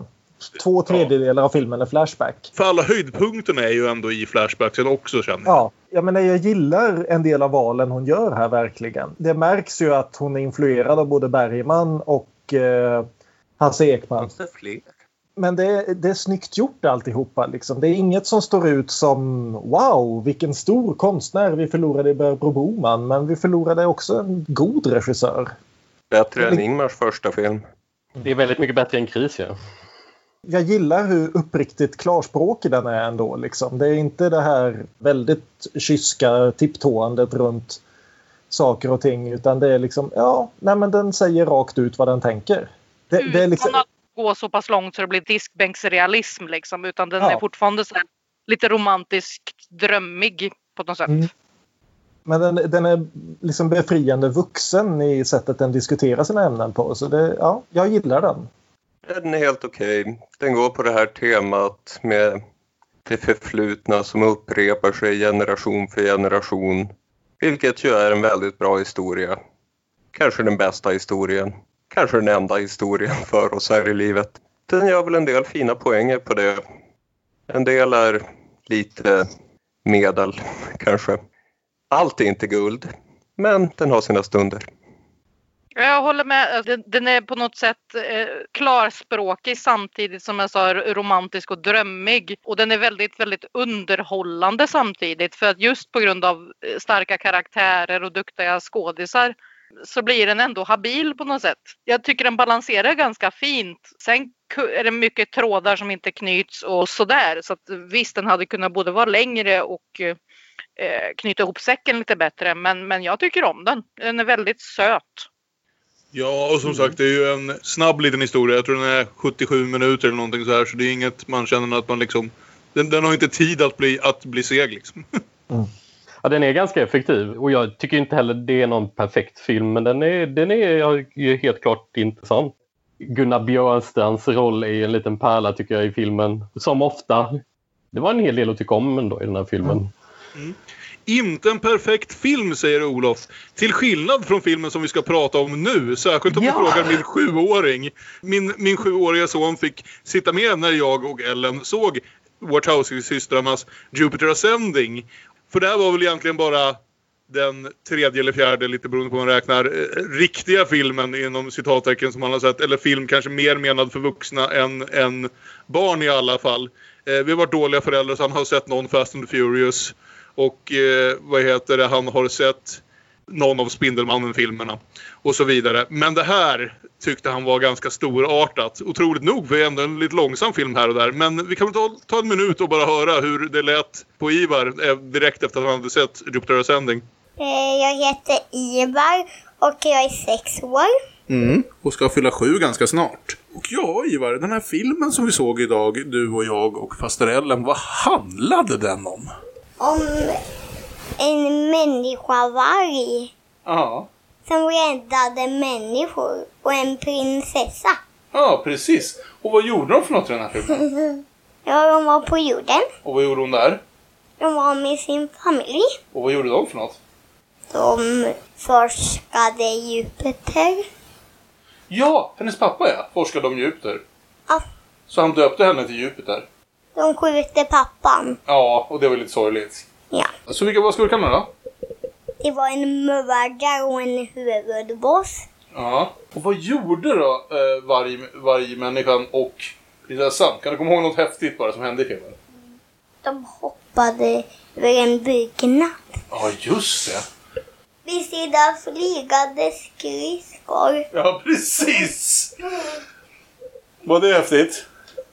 S1: 2/3 av filmen är flashback.
S4: För alla höjdpunkterna är ju ändå i flashbacksen också, känner jag.
S1: Ja, men jag gillar en del av valen hon gör här verkligen. Det märks ju att hon är influerad av både Bergman och Hasse Ekman. Men det är snyggt gjort alltihopa. Liksom. Det är inget som står ut som wow, vilken stor konstnär vi förlorade i Barbro Boman. Men vi förlorade också en god regissör.
S5: Bättre än Ingmars första film.
S2: Det är väldigt mycket bättre än Kris, ja.
S1: Jag gillar hur uppriktigt klarspråkig den är ändå. Liksom. Det är inte det här väldigt kyska tipptåandet runt saker och ting. Utan det är liksom, men den säger rakt ut vad den tänker. Det är liksom...
S3: Man går så pass långt så det blir diskbänksrealism liksom. Utan den är fortfarande så här, lite romantiskt drömmig på något sätt.
S1: Men den är liksom befriande vuxen i sättet den diskuterar sina ämnen på. Så jag gillar den.
S5: Den är helt okej. Den går på det här temat med det förflutna som upprepar sig generation för generation. Vilket ju är en väldigt bra historia. Kanske den bästa historien. Kanske den enda historien för oss här i livet. Den gör väl en del fina poänger på det. En del är lite medel kanske. Allt är inte guld. Men den har sina stunder.
S3: Jag håller med. Den är på något sätt klarspråkig samtidigt som jag sa romantisk och drömmig. Och den är väldigt, väldigt underhållande samtidigt. För att just på grund av starka karaktärer och duktiga skådisar så blir den ändå habil på något sätt. Jag tycker den balanserar ganska fint. Sen är det mycket trådar som inte knyts och sådär. Så att visst, den hade kunnat både vara längre och knyta ihop säcken lite bättre. Men jag tycker om den. Den är väldigt söt.
S4: Ja, och som sagt, det är ju en snabb liten historia. Jag tror den är 77 minuter eller någonting så här. Så det är inget man känner att man liksom... Den har inte tid att bli seg liksom.
S2: Ja, den är ganska effektiv. Och jag tycker inte heller det är någon perfekt film. Men den är helt klart intressant. Gunnar Björnstrands roll är en liten pärla tycker jag i filmen. Som ofta. Det var en hel del att tycka om ändå i den här filmen.
S4: Inte en perfekt film, säger Olof. Till skillnad från filmen som vi ska prata om nu. Särskilt om vi frågar min 7-åring. Min 7-åriga son fick sitta med när jag och Ellen såg Wachowski-systrarnas Jupiter Ascending. För det här var väl egentligen bara den tredje eller fjärde, lite beroende på hur man räknar, riktiga filmen inom citattecken som man har sett. Eller film kanske mer menad för vuxna än barn i alla fall. Vi har varit dåliga föräldrar så han har sett någon Fast and the Furious. Och han har sett någon av Spindelmannen-filmerna och så vidare. Men det här tyckte han var ganska storartat. Otroligt nog, för ändå en lite långsam film här och där. Men vi kan väl ta en minut och bara höra hur det lät på Ivar direkt efter att han hade sett Jupiter Ascending.
S10: Jag heter Ivar och jag är 6 år.
S14: Och ska fylla 7 ganska snart. Och ja, Ivar, den här filmen som vi såg idag, du och jag och Fasterellen, vad handlade den om?
S10: Om en människovarg.
S14: Ja.
S10: Som räddade människor och en prinsessa.
S14: Ja, precis. Och vad gjorde de för något i den här filmen?
S10: Ja, de var på jorden.
S14: Och vad gjorde hon där?
S10: De var med sin familj.
S14: Och vad gjorde de för något?
S10: De forskade i Jupiter.
S14: Ja, hennes pappa forskade om Jupiter.
S10: Ja.
S14: Så han döpte henne till Jupiter.
S10: De skjuter pappan.
S14: Ja, och det var lite sorgligt.
S10: Ja.
S14: Så vad skurkarna då?
S10: Det var en mördare och en huvudboss.
S14: Ja. Och vad gjorde då varje människan och prinsessan? Kan du komma ihåg något häftigt bara som hände i filmen?
S10: De hoppade över en byggnad.
S14: Ja, just det.
S10: Vid sidan flygande skridskor.
S14: Ja, precis. Var det häftigt?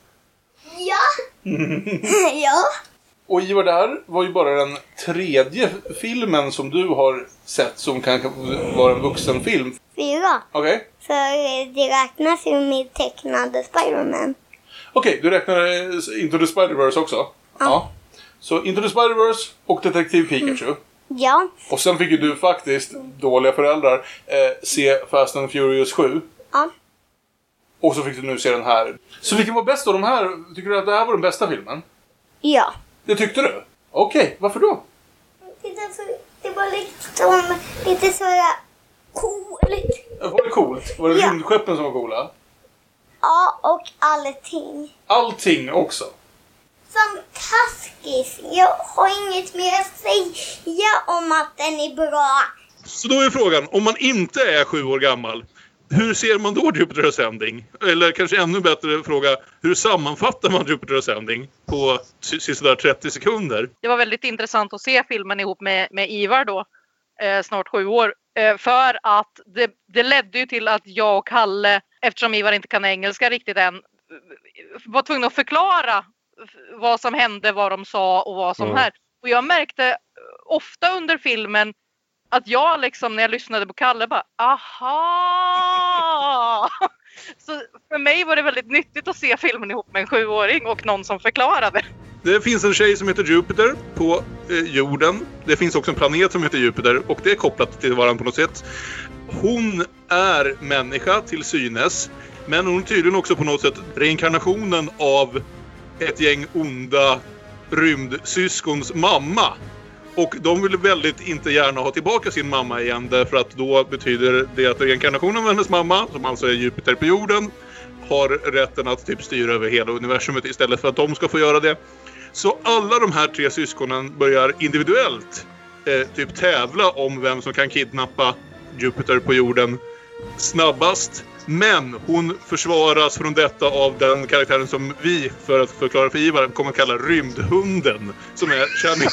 S10: Ja. Ja.
S14: Och Ivar, det här var ju bara den 3:e filmen som du har sett som kan vara en vuxenfilm.
S10: 4.
S14: Okej.
S10: För det räknas ju med tecknade Spider-Man.
S14: Okej, du räknar Into the Spider-Verse också? Ja. Så Into the Spider-Verse och Detektiv Pikachu.
S10: Ja.
S14: Och sen fick ju du faktiskt, dåliga föräldrar, se Fast and Furious 7.
S10: Ja.
S14: Och så fick du nu se den här. Så vilken var bäst av de här? Tycker du att det här var den bästa filmen?
S10: Ja.
S14: Det tyckte du? Okej, varför då?
S10: Det var liksom lite så här coolt.
S14: Var det coolt? Var det rymdskeppen som var coola?
S10: Ja, och allting.
S14: Allting också?
S10: Fantastiskt. Jag har inget mer att säga om att den är bra.
S4: Så då är frågan, om man inte är 7 år gammal, hur ser man då Jupiter Ascending? Eller kanske ännu bättre fråga, hur sammanfattar man Jupiter Ascending på sådär 30 sekunder?
S3: Det var väldigt intressant att se filmen ihop med Ivar då, snart 7 år. För att det ledde ju till att jag och Kalle, eftersom Ivar inte kan engelska riktigt än, var tvungna att förklara vad som hände, vad de sa och vad som här. Och jag märkte ofta under filmen att jag liksom, när jag lyssnade på Kalle, bara aha! Så för mig var det väldigt nyttigt att se filmen ihop med en 7-åring och någon som förklarade.
S4: Det finns en tjej som heter Jupiter på jorden. Det finns också en planet som heter Jupiter och det är kopplat till varandra på något sätt. Hon är människa till synes, men hon är tydligen också på något sätt reinkarnationen av ett gäng onda rymdsyskons mamma. Och de vill väldigt inte gärna ha tillbaka sin mamma igen, därför att då betyder det att reinkarnationen av hennes mamma, som alltså är Jupiter på jorden, har rätten att typ styra över hela universumet istället för att de ska få göra det. Så alla de här 3 syskonen börjar individuellt typ tävla om vem som kan kidnappa Jupiter på jorden snabbast. Men hon försvaras från detta av den karaktären som vi, för att förklara för Ivar, kommer att kalla rymdhunden, som är Channing.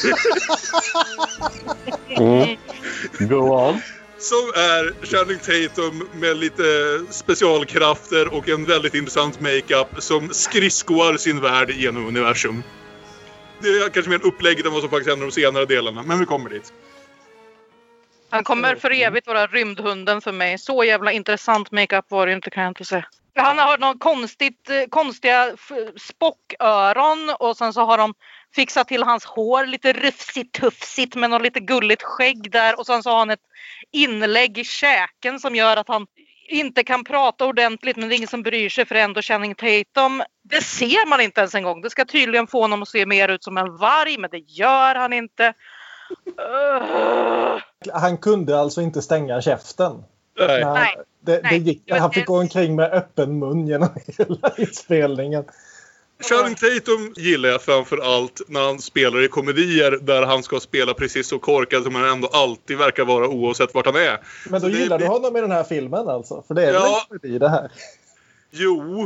S2: Go on.
S4: Som är Channing Tatum med lite specialkrafter och en väldigt intressant makeup som skridskoar sin värld genom universum. Det är kanske mer en upplägg än vad som faktiskt händer de senare delarna, men vi kommer dit.
S3: Han kommer för evigt vara rymdhunden för mig. Så jävla intressant makeup var det inte, kan jag inte säga. Han har någon konstiga spocköron och sen så har de fixat till hans hår lite rufsigt-tufsigt med något lite gulligt skägg där. Och sen så har han ett inlägg i käken som gör att han inte kan prata ordentligt, men det är ingen som bryr sig, för ändå Channing Tatum. Det ser man inte ens en gång. Det ska tydligen få honom att se mer ut som en varg, men det gör han inte.
S1: Han kunde alltså inte stänga käften.
S4: Nej.
S1: Det gick. Han fick gå omkring med öppen mun genom hela inspelningen.
S4: Channing Tatum gillar jag framförallt när han spelar i komedier där han ska spela precis så korkad som han ändå alltid verkar vara, oavsett vart han är.
S1: Men då gillar du honom i den här filmen alltså? För det är väl i det här?
S4: Jo,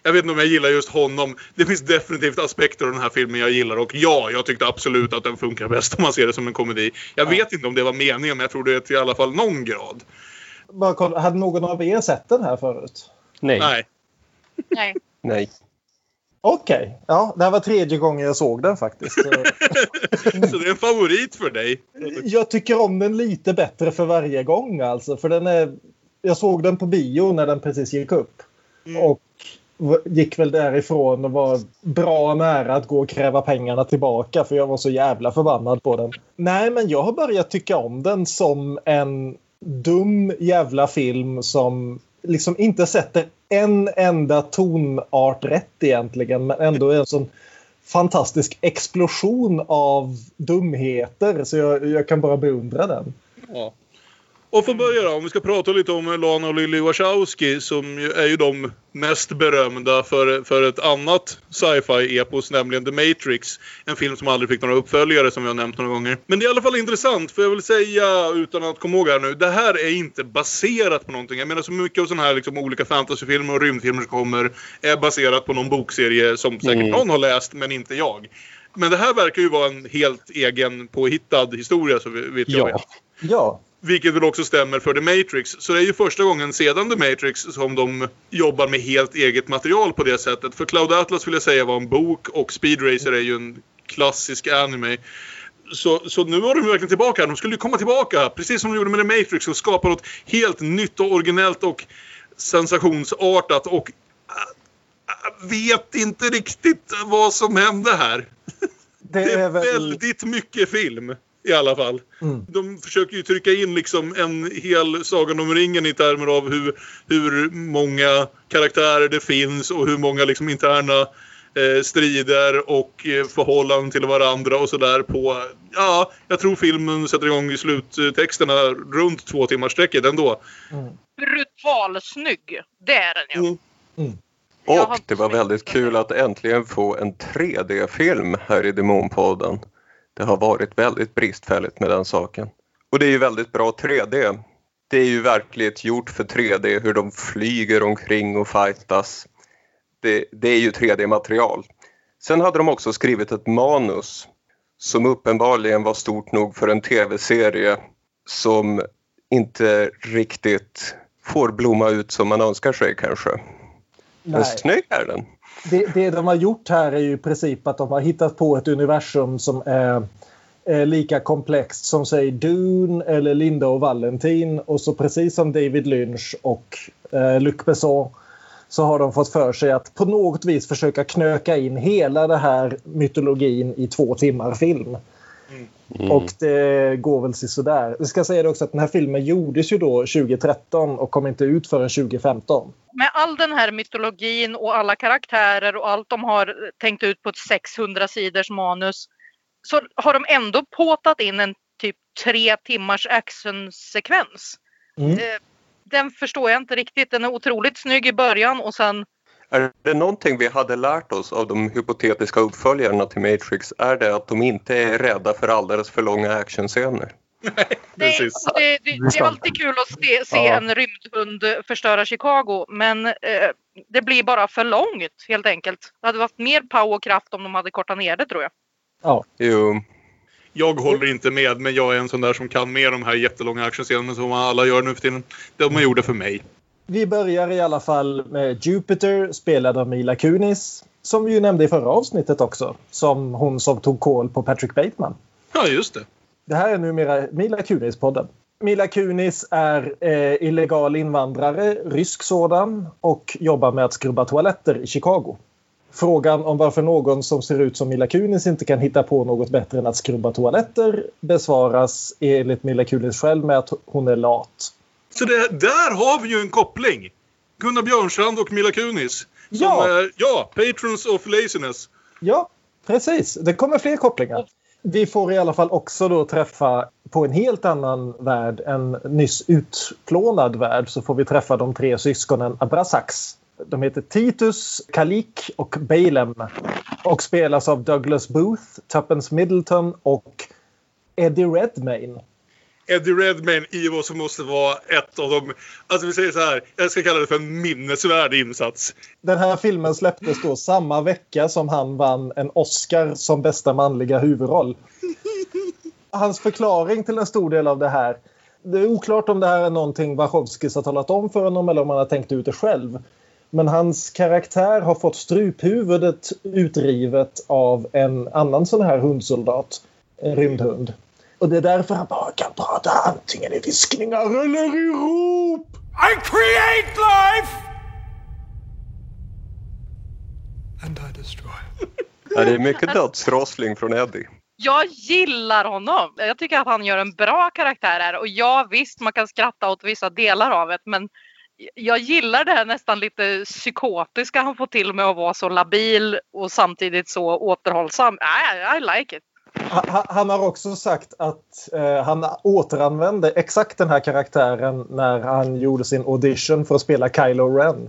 S4: Jag vet inte om jag gillar just honom. Det finns definitivt aspekter av den här filmen jag gillar. Och ja, jag tyckte absolut att den funkar bäst om man ser det som en komedi. Jag vet inte om det var meningen, men jag tror det är till i alla fall någon grad.
S1: Bara kolla, hade någon av er sett den här förut?
S2: Nej.
S5: Nej.
S1: Okej. Ja, det här var 3:e gången jag såg den faktiskt.
S4: Så det är en favorit för dig?
S1: Jag tycker om den lite bättre för varje gång alltså. För den är... Jag såg den på bio när den precis gick upp. Och gick väl därifrån och var bra nära att gå och kräva pengarna tillbaka. För jag var så jävla förbannad på den. Nej, men jag har börjat tycka om den som en dum jävla film som liksom inte sätter en enda tonart rätt egentligen. Men ändå är en sån fantastisk explosion av dumheter. Så jag kan bara beundra den.
S4: Ja. Och för att börja då, om vi ska prata lite om Lana och Lily Wachowski som ju är ju de mest berömda för ett annat sci-fi-epos, nämligen The Matrix. En film som aldrig fick några uppföljare som vi har nämnt några gånger. Men det är i alla fall intressant, för jag vill säga utan att komma ihåg här nu, det här är inte baserat på någonting. Jag menar så mycket av sådana här liksom, olika fantasyfilmer och rymdfilmer som kommer är baserat på någon bokserie som säkert någon har läst, men inte jag. Men det här verkar ju vara en helt egen påhittad historia, så vet jag.
S1: Ja.
S4: Vilket väl också stämmer för The Matrix. Så det är ju första gången sedan The Matrix som de jobbar med helt eget material på det sättet. För Cloud Atlas vill jag säga var en bok och Speed Racer är ju en klassisk anime. Så nu var de verkligen tillbaka. De skulle ju komma tillbaka, precis som de gjorde med The Matrix, och skapa något helt nytt och originellt och sensationsartat. Och vet inte riktigt vad som hände här. Det är väldigt mycket film. I alla fall. De försöker ju trycka in liksom en hel Sagan om ringen i termer av hur många karaktärer det finns och hur många liksom interna strider och förhållanden till varandra och sådär på. Ja, jag tror filmen sätter igång i sluttexterna runt 2 timmars sträcket ändå.
S3: Brutal snygg. Det är den ju.
S5: Och det var väldigt kul att äntligen få en 3D-film här i Demonpodden. Det har varit väldigt bristfälligt med den saken. Och det är ju väldigt bra 3D. Det är ju verkligen gjort för 3D, hur de flyger omkring och fightas. Det är ju 3D-material. Sen hade de också skrivit ett manus som uppenbarligen var stort nog för en tv-serie som inte riktigt får blomma ut som man önskar sig kanske. Men snygg är den.
S1: Det de har gjort här är ju i princip att de har hittat på ett universum som är lika komplext som säg Dune eller Linda och Valentin, och så precis som David Lynch och Luc Besson så har de fått för sig att på något vis försöka knöka in hela det här mytologin i 2 timmar film. Och det går väl sådär. Vi ska säga det också att den här filmen gjordes ju då 2013 och kom inte ut förrän 2015.
S3: Med all den här mytologin och alla karaktärer och allt de har tänkt ut på ett 600 sidors manus, så har de ändå påtat in en typ 3 timmars actionsekvens. Den förstår jag inte riktigt. Den är otroligt snygg i början och sen...
S5: Är det någonting vi hade lärt oss av de hypotetiska uppföljarna till Matrix, är det att de inte är rädda för alldeles för långa actionscener.
S3: Det är alltid kul att se en rymdhund förstöra Chicago, men det blir bara för långt helt enkelt. Det hade varit mer power och kraft om de hade kortat ner det, tror jag.
S1: Ja.
S5: Jo.
S4: Jag håller inte med, men jag är en sån där som kan med de här jättelånga actionscenerna som alla gör nu för tiden. De har gjort det för mig.
S1: Vi börjar i alla fall med Jupiter, spelad av Mila Kunis, som vi ju nämnde i förra avsnittet också, som hon som tog kål på Patrick Bateman.
S4: Ja, just det.
S1: Det här är numera Mila Kunis-podden. Mila Kunis är illegal invandrare, rysk sådan, och jobbar med att skrubba toaletter i Chicago. Frågan om varför någon som ser ut som Mila Kunis inte kan hitta på något bättre än att skrubba toaletter besvaras enligt Mila Kunis själv med att hon är lat.
S4: Så där har vi ju en koppling. Gunnar Björnstrand och Mila Kunis. Som Patrons of Laziness.
S1: Ja, precis. Det kommer fler kopplingar. Vi får i alla fall också då träffa på en helt annan värld, en nyss utplånad värld, så får vi träffa de 3 syskonen Abrasax. De heter Titus, Kalik och Balaam och spelas av Douglas Booth, Tuppence Middleton och Eddie Redmayne.
S4: Eddie Redmayne i vad som måste vara ett av de... Alltså vi säger så här, jag ska kalla det för en minnesvärd insats.
S1: Den här filmen släpptes då samma vecka som han vann en Oscar som bästa manliga huvudroll. Hans förklaring till en stor del av det här, det är oklart om det här är någonting Wachowskis har talat om för honom eller om han har tänkt ut det själv. Men hans karaktär har fått struphuvudet utrivet av en annan sån här hundsoldat, en rymdhund. Och det är därför han bara kan prata antingen i viskningar eller i rop.
S11: I create life! And I destroy.
S5: Ja, det är mycket dödsrossling från Eddie.
S3: Jag gillar honom. Jag tycker att han gör en bra karaktär här. Och ja, visst, man kan skratta åt vissa delar av det. Men jag gillar det här nästan lite psykotiska han får till med att vara så labil och samtidigt så återhållsam. I like it.
S1: Han har också sagt att han återanvände exakt den här karaktären när han gjorde sin audition för att spela Kylo Ren.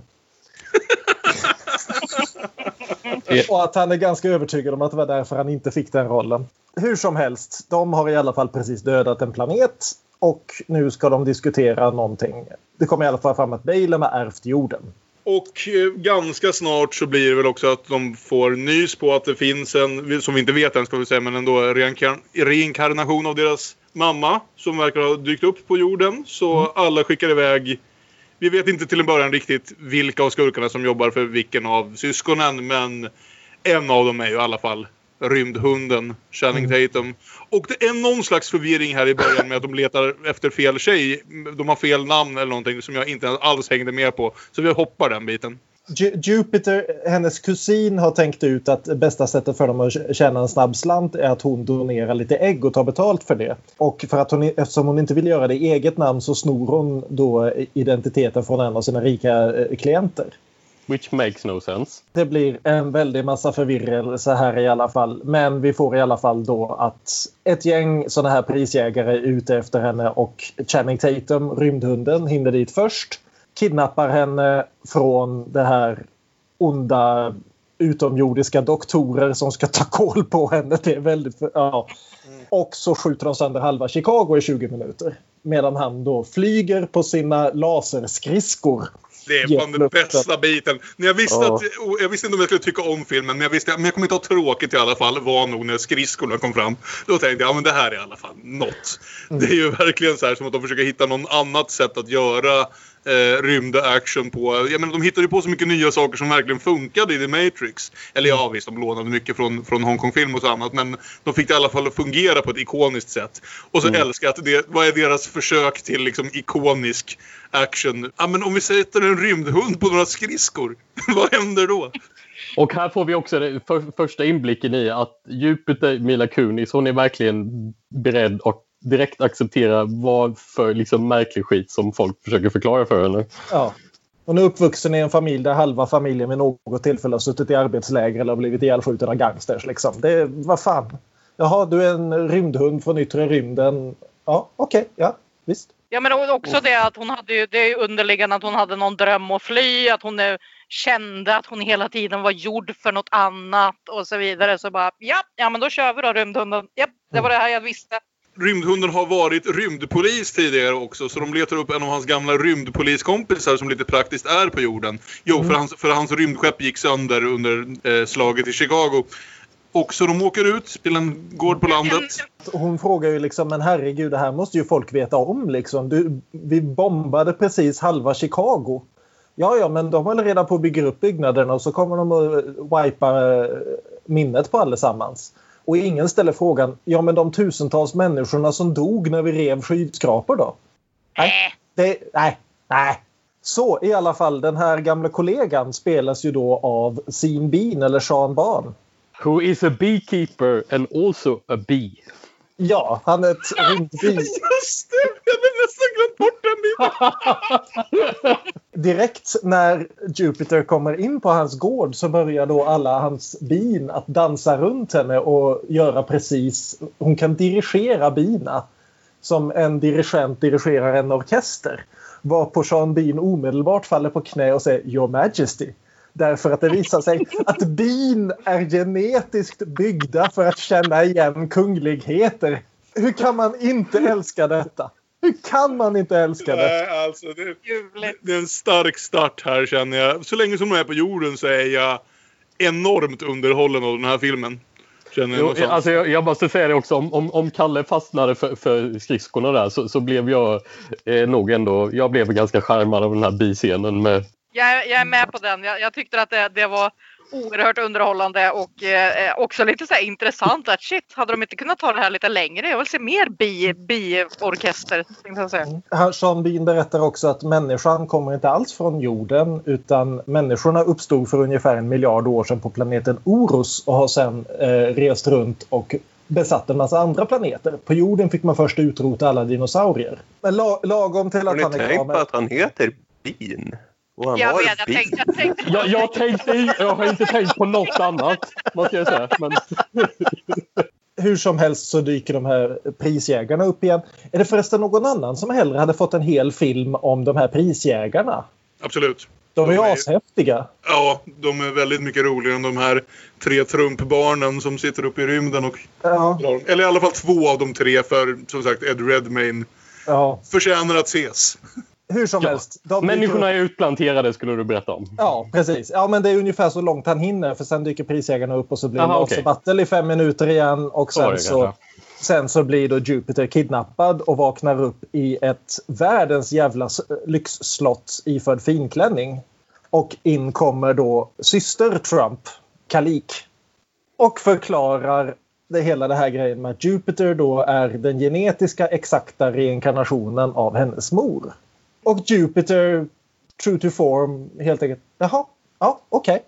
S1: Och att han är ganska övertygad om att det var därför han inte fick den rollen. Hur som helst, de har i alla fall precis dödat en planet och nu ska de diskutera någonting. Det kommer i alla fall fram att Balaam har ärvt jorden.
S4: Och ganska snart så blir det väl också att de får nys på att det finns en, som vi inte vet än ska vi säga, men ändå reinkarnation av deras mamma som verkar ha dykt upp på jorden. Så alla skickar iväg. Vi vet inte till en början riktigt vilka av skurkarna som jobbar för vilken av syskonen, men en av dem är ju i alla fall rymdhunden Channing Tatum. Och det är någon slags förvirring här i början med att de letar efter fel tjej. De har fel namn eller någonting som jag inte alls hängde med på. Så vi hoppar den biten.
S1: Jupiter, hennes kusin, har tänkt ut att bästa sättet för dem att tjäna en snabb slant är att hon donerar lite ägg och tar betalt för det. Och för att eftersom hon inte vill göra det i eget namn så snor hon då identiteten från en av sina rika klienter.
S2: Which makes no sense.
S1: Det blir en väldig massa förvirrelse här i alla fall. Men vi får i alla fall då att ett gäng sådana här prisjägare är ute efter henne och Channing Tatum, rymdhunden, hinner dit först. Kidnappar henne från det här onda utomjordiska doktorer som ska ta koll på henne. Det är väldigt... Ja. Och så skjuter de sönder halva Chicago i 20 minuter. Medan han då flyger på sina laserskridskor.
S4: Det är fan den bästa biten. När jag visste att jag visste inte om jag skulle tycka om filmen, men jag kommer inte ha tråkigt i alla fall. Var nog när skridskorna kom fram. Då tänkte jag, men det här är i alla fall något. Det är ju verkligen så här som att de försöker hitta någon annat sätt att göra rymdaction på. Jag menar, de hittade ju på så mycket nya saker som verkligen funkade i The Matrix. Eller ja, visst, de lånade mycket från Hongkong-film och så annat, men de fick det i alla fall att fungera på ett ikoniskt sätt. Och så älskar jag att vad är deras försök till liksom ikonisk action? Ja, men om vi sätter en rymdhund på några skridskor, vad händer då?
S2: Och här får vi också första inblicken i att Jupiter, Mila Kunis, hon är verkligen beredd att direkt acceptera vad för liksom märklig skit som folk försöker förklara för henne. Ja.
S1: Hon är uppvuxen i en familj där halva familjen med något tillfälle har suttit i arbetsläger eller har blivit ihjälskjuten av gangsters. Liksom. Det är, vad fan? Jaha, du är en rymdhund från yttre rymden. Ja, okej, ja, visst.
S3: Ja, men också det att hon hade ju, det är underliggande att hon hade någon dröm att fly, att hon kände att hon hela tiden var gjord för något annat och så vidare. Så bara, ja men då kör vi då rymdhunden. Ja, det var det här jag visste.
S4: Rymdhunden har varit rymdpolis tidigare också, så de letar upp en av hans gamla rymdpoliskompisar som lite praktiskt är på jorden. Jo, för hans rymdskepp gick sönder under slaget i Chicago. Och så de åker ut till en gård på landet.
S1: Hon frågar ju liksom, men herregud, det här måste ju folk veta om liksom. Vi bombade precis halva Chicago. Ja, men de håller redan på att bygga upp byggnaderna och så kommer de att wipa minnet på allesammans. Och ingen ställer frågan, ja men de tusentals människorna som dog när vi rev skyskrapor då? Nej. Så i alla fall, den här gamla kollegan spelas ju då av Sean Bean eller Sean Bean.
S2: Who is a beekeeper and also a bee.
S1: Ja, han är ett rymdbi.
S4: Just det, jag hade nästan glömt bort den biten.
S1: Direkt när Jupiter kommer in på hans gård så börjar då alla hans bin att dansa runt henne och göra precis... Hon kan dirigera bina som en dirigent dirigerar en orkester. Varpå Sean Bean omedelbart faller på knä och säger Your Majesty. Därför att det visar sig att bin är genetiskt byggda för att känna igen kungligheter. Hur kan man inte älska detta? Hur kan man inte älska det?
S4: Nej, alltså det är en stark start här, känner jag. Så länge som jag är på jorden så är jag enormt underhållen av den här filmen.
S2: Alltså jag måste säga det också, om Kalle fastnade för skridskorna där så blev jag nog ändå, jag blev ganska charmad av den här biscenen med.
S3: Jag är med på den. Jag tyckte att det var oerhört underhållande och också lite så här intressant att shit, hade de inte kunnat ta det här lite längre? Jag vill se mer bi-orkester, tänkte jag säga.
S1: Sean Bean berättar också att människan kommer inte alls från jorden, utan människorna uppstod för ungefär 1 miljard år sedan på planeten Orus och har sedan rest runt och besatt en massa andra planeter. På jorden fick man först utrota alla dinosaurier. Men lagom till att han är
S5: klar med... att han heter Bean?
S3: Jag
S2: har inte tänkt på något annat, måste jag säga. Men...
S1: Hur som helst så dyker de här prisjägarna upp igen. Är det förresten någon annan som hellre hade fått en hel film om de här prisjägarna?
S4: Absolut.
S1: De är ashäftiga.
S4: Ja, de är väldigt mycket roligare än de här 3 Trump-barnen som sitter uppe i rymden. Och eller i alla fall 2 av de 3, för som sagt Ed Redmayne förtjänar att ses.
S1: Hur som helst.
S2: Människorna är utplanterade, skulle du berätta om.
S1: Ja, precis. Ja, men det är ungefär så långt han hinner. För sen dyker prisjägarna upp och så blir det Master Battle i 5 minuter igen. Och sen så blir då Jupiter kidnappad och vaknar upp i ett världens jävla lyxslott iförd finklänning. Och in kommer då syster Trump, Kalik. Och förklarar hela det här grejen med att Jupiter då är den genetiska exakta reinkarnationen av hennes mor. Och Jupiter, true to form, helt enkelt. Jaha, ja, okej.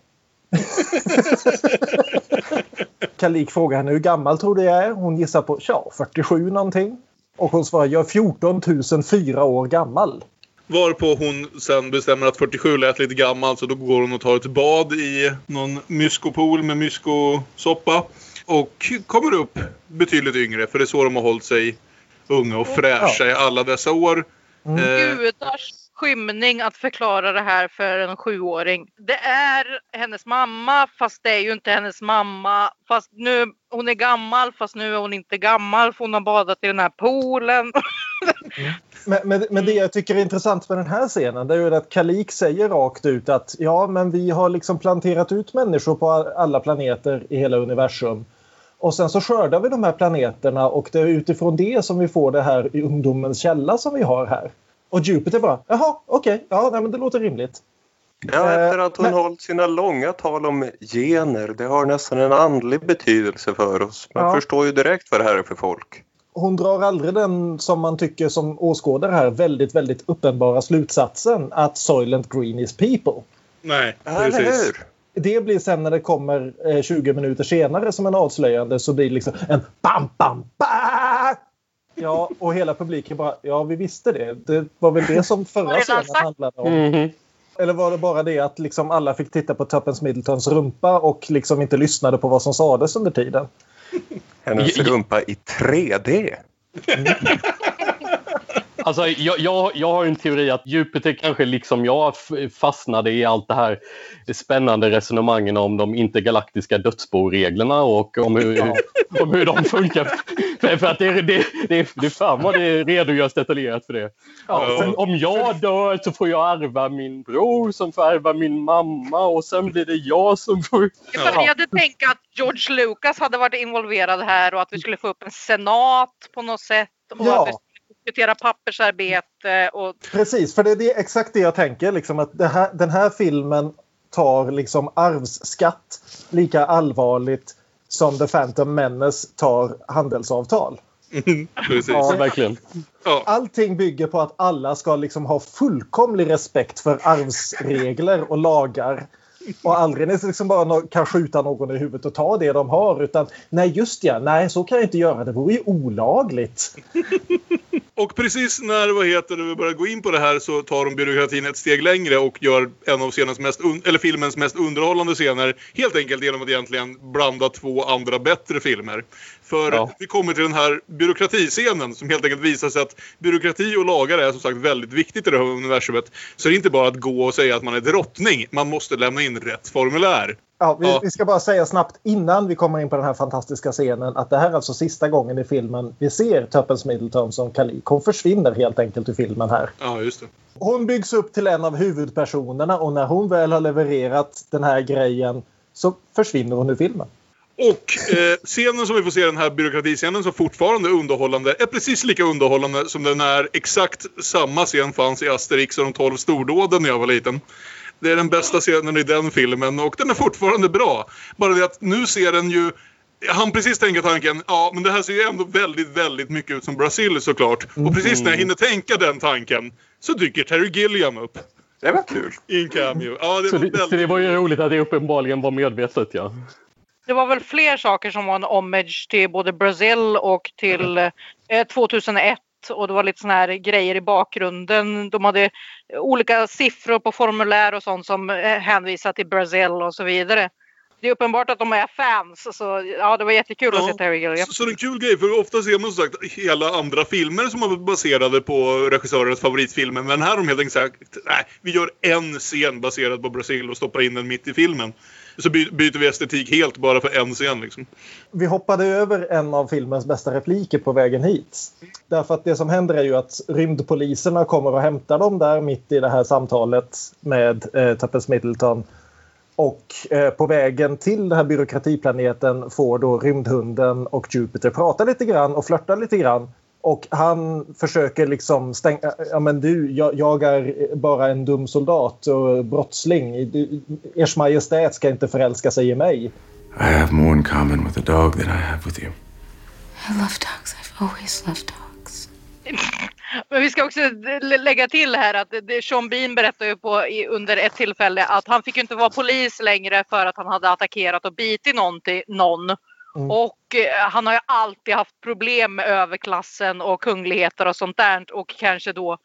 S1: Kalik frågar henne hur gammal tror du jag är? Hon gissar på 47 någonting. Och hon svarar, jag är 14 004 år gammal.
S4: Varpå hon sen bestämmer att 47 lät lite gammal, så då går hon och tar ett bad i någon myskopool med myskosoppa. Och kommer upp betydligt yngre, för det är så de har hållit sig unga och fräscha i alla dessa år.
S3: Gudars skymning att förklara det här för en 7-åring. Det är hennes mamma, fast det är ju inte hennes mamma. Fast nu hon är gammal, fast nu är hon inte gammal, för hon har badat i den här poolen.
S1: Men det jag tycker är intressant med den här scenen, det är ju att Kalik säger rakt ut att ja, men vi har liksom planterat ut människor på alla planeter i hela universum. Och sen så skördar vi de här planeterna och det är utifrån det som vi får det här i ungdomens källa som vi har här. Och Jupiter bara, jaha, okej, ja, nej, men det låter rimligt.
S5: Ja, efter att hon hållit sina långa tal om gener, det har nästan en andlig betydelse för oss. Man förstår ju direkt vad det här är för folk.
S1: Hon drar aldrig den, som man tycker som åskådare här, väldigt, väldigt uppenbara slutsatsen att Soylent Green is people.
S4: Nej, precis.
S1: Det blir sen när det kommer 20 minuter senare som en avslöjande, så blir det liksom en bam, bam, bam! Ja, och hela publiken bara, ja, vi visste det. Det var väl det som förra scenen handlade om. Mm-hmm. Eller var det bara det att liksom alla fick titta på Tuppence Middletons rumpa och liksom inte lyssnade på vad som sades under tiden?
S5: Hennes rumpa i 3D.
S2: Alltså, jag har en teori att Jupiter kanske liksom jag fastnade i allt det här spännande resonemangen om de intergalaktiska dödsboreglerna och om hur de funkar. För att det fan vad det redogörs detaljerat för det. Ja, om jag dör så får jag ärva min bror som får ärva min mamma och sen blir det jag som får...
S3: Jag hade tänkt att George Lucas hade varit involverad här och att vi skulle få upp en senat på något sätt. Och att vi diskutera pappersarbete och...
S1: Precis, för det är exakt det jag tänker liksom, att den här filmen tar liksom arvsskatt lika allvarligt som The Phantom Menace tar handelsavtal.
S4: Precis.
S2: Ja, verkligen.
S1: Allting bygger på att alla ska liksom ha fullkomlig respekt för arvsregler och lagar. Och aldrig liksom bara kan skjuta någon i huvudet och ta det de har. Utan nej, just ja, nej, så kan jag inte göra. Det vore ju olagligt.
S4: Och precis när vi börjar gå in på det här så tar de byråkratin ett steg längre och gör en av filmens mest underhållande scener. Helt enkelt genom att egentligen blanda 2 andra bättre filmer. För vi kommer till den här byråkratiscenen som helt enkelt visar sig att byråkrati och lagar är som sagt väldigt viktigt i det här universumet. Så det är inte bara att gå och säga att man är drottning. Man måste lämna in rätt formulär.
S1: Ja, vi ska bara säga snabbt innan vi kommer in på den här fantastiska scenen att det här är alltså sista gången i filmen vi ser Tuppence Middleton som Khalik. Hon försvinner helt enkelt ur filmen här.
S4: Ja, just det.
S1: Hon byggs upp till en av huvudpersonerna och när hon väl har levererat den här grejen så försvinner hon ur filmen.
S4: Och scenen som vi får se, den här byråkratiscenen som fortfarande är underhållande, är precis lika underhållande som den är exakt samma scen fanns i Asterix och de 12 stordåden när jag var liten. Det är den bästa scenen i den filmen och den är fortfarande bra. Bara det att nu ser den ju... Han precis tänker tanken, ja men det här ser ju ändå väldigt, väldigt mycket ut som Brasil såklart. Och precis när jag hinner tänka den tanken så dyker Terry Gilliam upp.
S5: Det var kul.
S4: I en cameo. Ja, det
S2: så,
S4: var väldigt...
S2: så det var ju roligt att det uppenbarligen var medvetet, ja.
S3: Det var väl fler saker som var en homage till både Brasil och till 2001. Och det var lite såna här grejer i bakgrunden. De hade olika siffror på formulär och sånt som hänvisar till Brasil och så vidare. Det är uppenbart att de är fans. Så ja, det var jättekul att se Terry Gilliam.
S4: Så det är en kul grej, för ofta ser man som sagt hela andra filmer som är baserade på regissörens favoritfilmer. Men här har de helt enkelt sagt, nej, vi gör en scen baserad på Brasil och stoppar in den mitt i filmen. Så byter vi estetik helt bara för en scen liksom.
S1: Vi hoppade över en av filmens bästa repliker på vägen hit. Därför att det som händer är ju att rymdpoliserna kommer och hämtar dem där mitt i det här samtalet med Tuppence Middleton. Och på vägen till den här byråkratiplaneten får då rymdhunden och Jupiter prata lite grann och flörta lite grann. Och han försöker liksom stänga... Ja men du, jag är bara en dum soldat och brottsling. Ers majestät ska inte förälska sig i mig.
S11: I have more in common with a dog than I have with you.
S15: I love dogs. I've always loved dogs.
S3: Men vi ska också lägga till här att Sean Bean berättade ju under ett tillfälle att han fick inte vara polis längre för att han hade attackerat och bitit någon. Och han har ju alltid haft problem med överklassen och kungligheter och sånt där. Och kanske då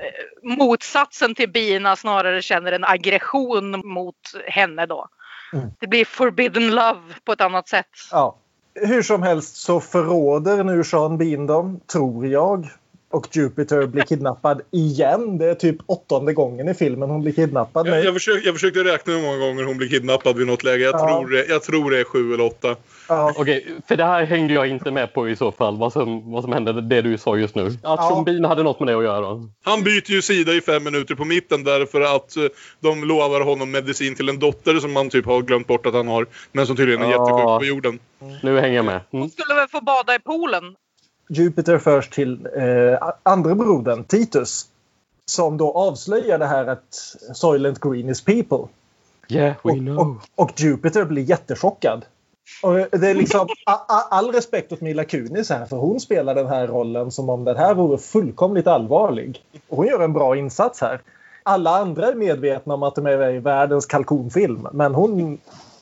S3: motsatsen till Bina snarare känner en aggression mot henne då. Det blir forbidden love på ett annat sätt.
S1: Ja. Hur som helst så förråder nu Sean Bean dem, tror jag. Och Jupiter blir kidnappad igen. Det är typ 8:e gången i filmen hon blir kidnappad.
S4: Jag försökte räkna hur många gånger hon blir kidnappad vid något läge. Jag tror det är 7 eller 8.
S1: Ja.
S2: Okej, för det här hängde jag inte med på i så fall. Vad som hände, det du sa just nu. Att Sean Bean hade något med det att göra.
S4: Han byter ju sida i 5 minuter på mitten därför att de lovar honom medicin till en dotter som man typ har glömt bort att han har. Men som tydligen är jättesjuk på jorden.
S2: Nu hänger jag med.
S3: Hon skulle väl få bada i poolen.
S1: Jupiter förs till andra brodern, Titus, som då avslöjar det här att Soylent Green is people.
S2: Yeah, we know.
S1: Och Jupiter blir jättechockad. Och det är liksom all respekt åt Mila Kunis här, för hon spelar den här rollen som om den här vore fullkomligt allvarlig. Och hon gör en bra insats här. Alla andra är medvetna om att de är i världens kalkonfilm, men hon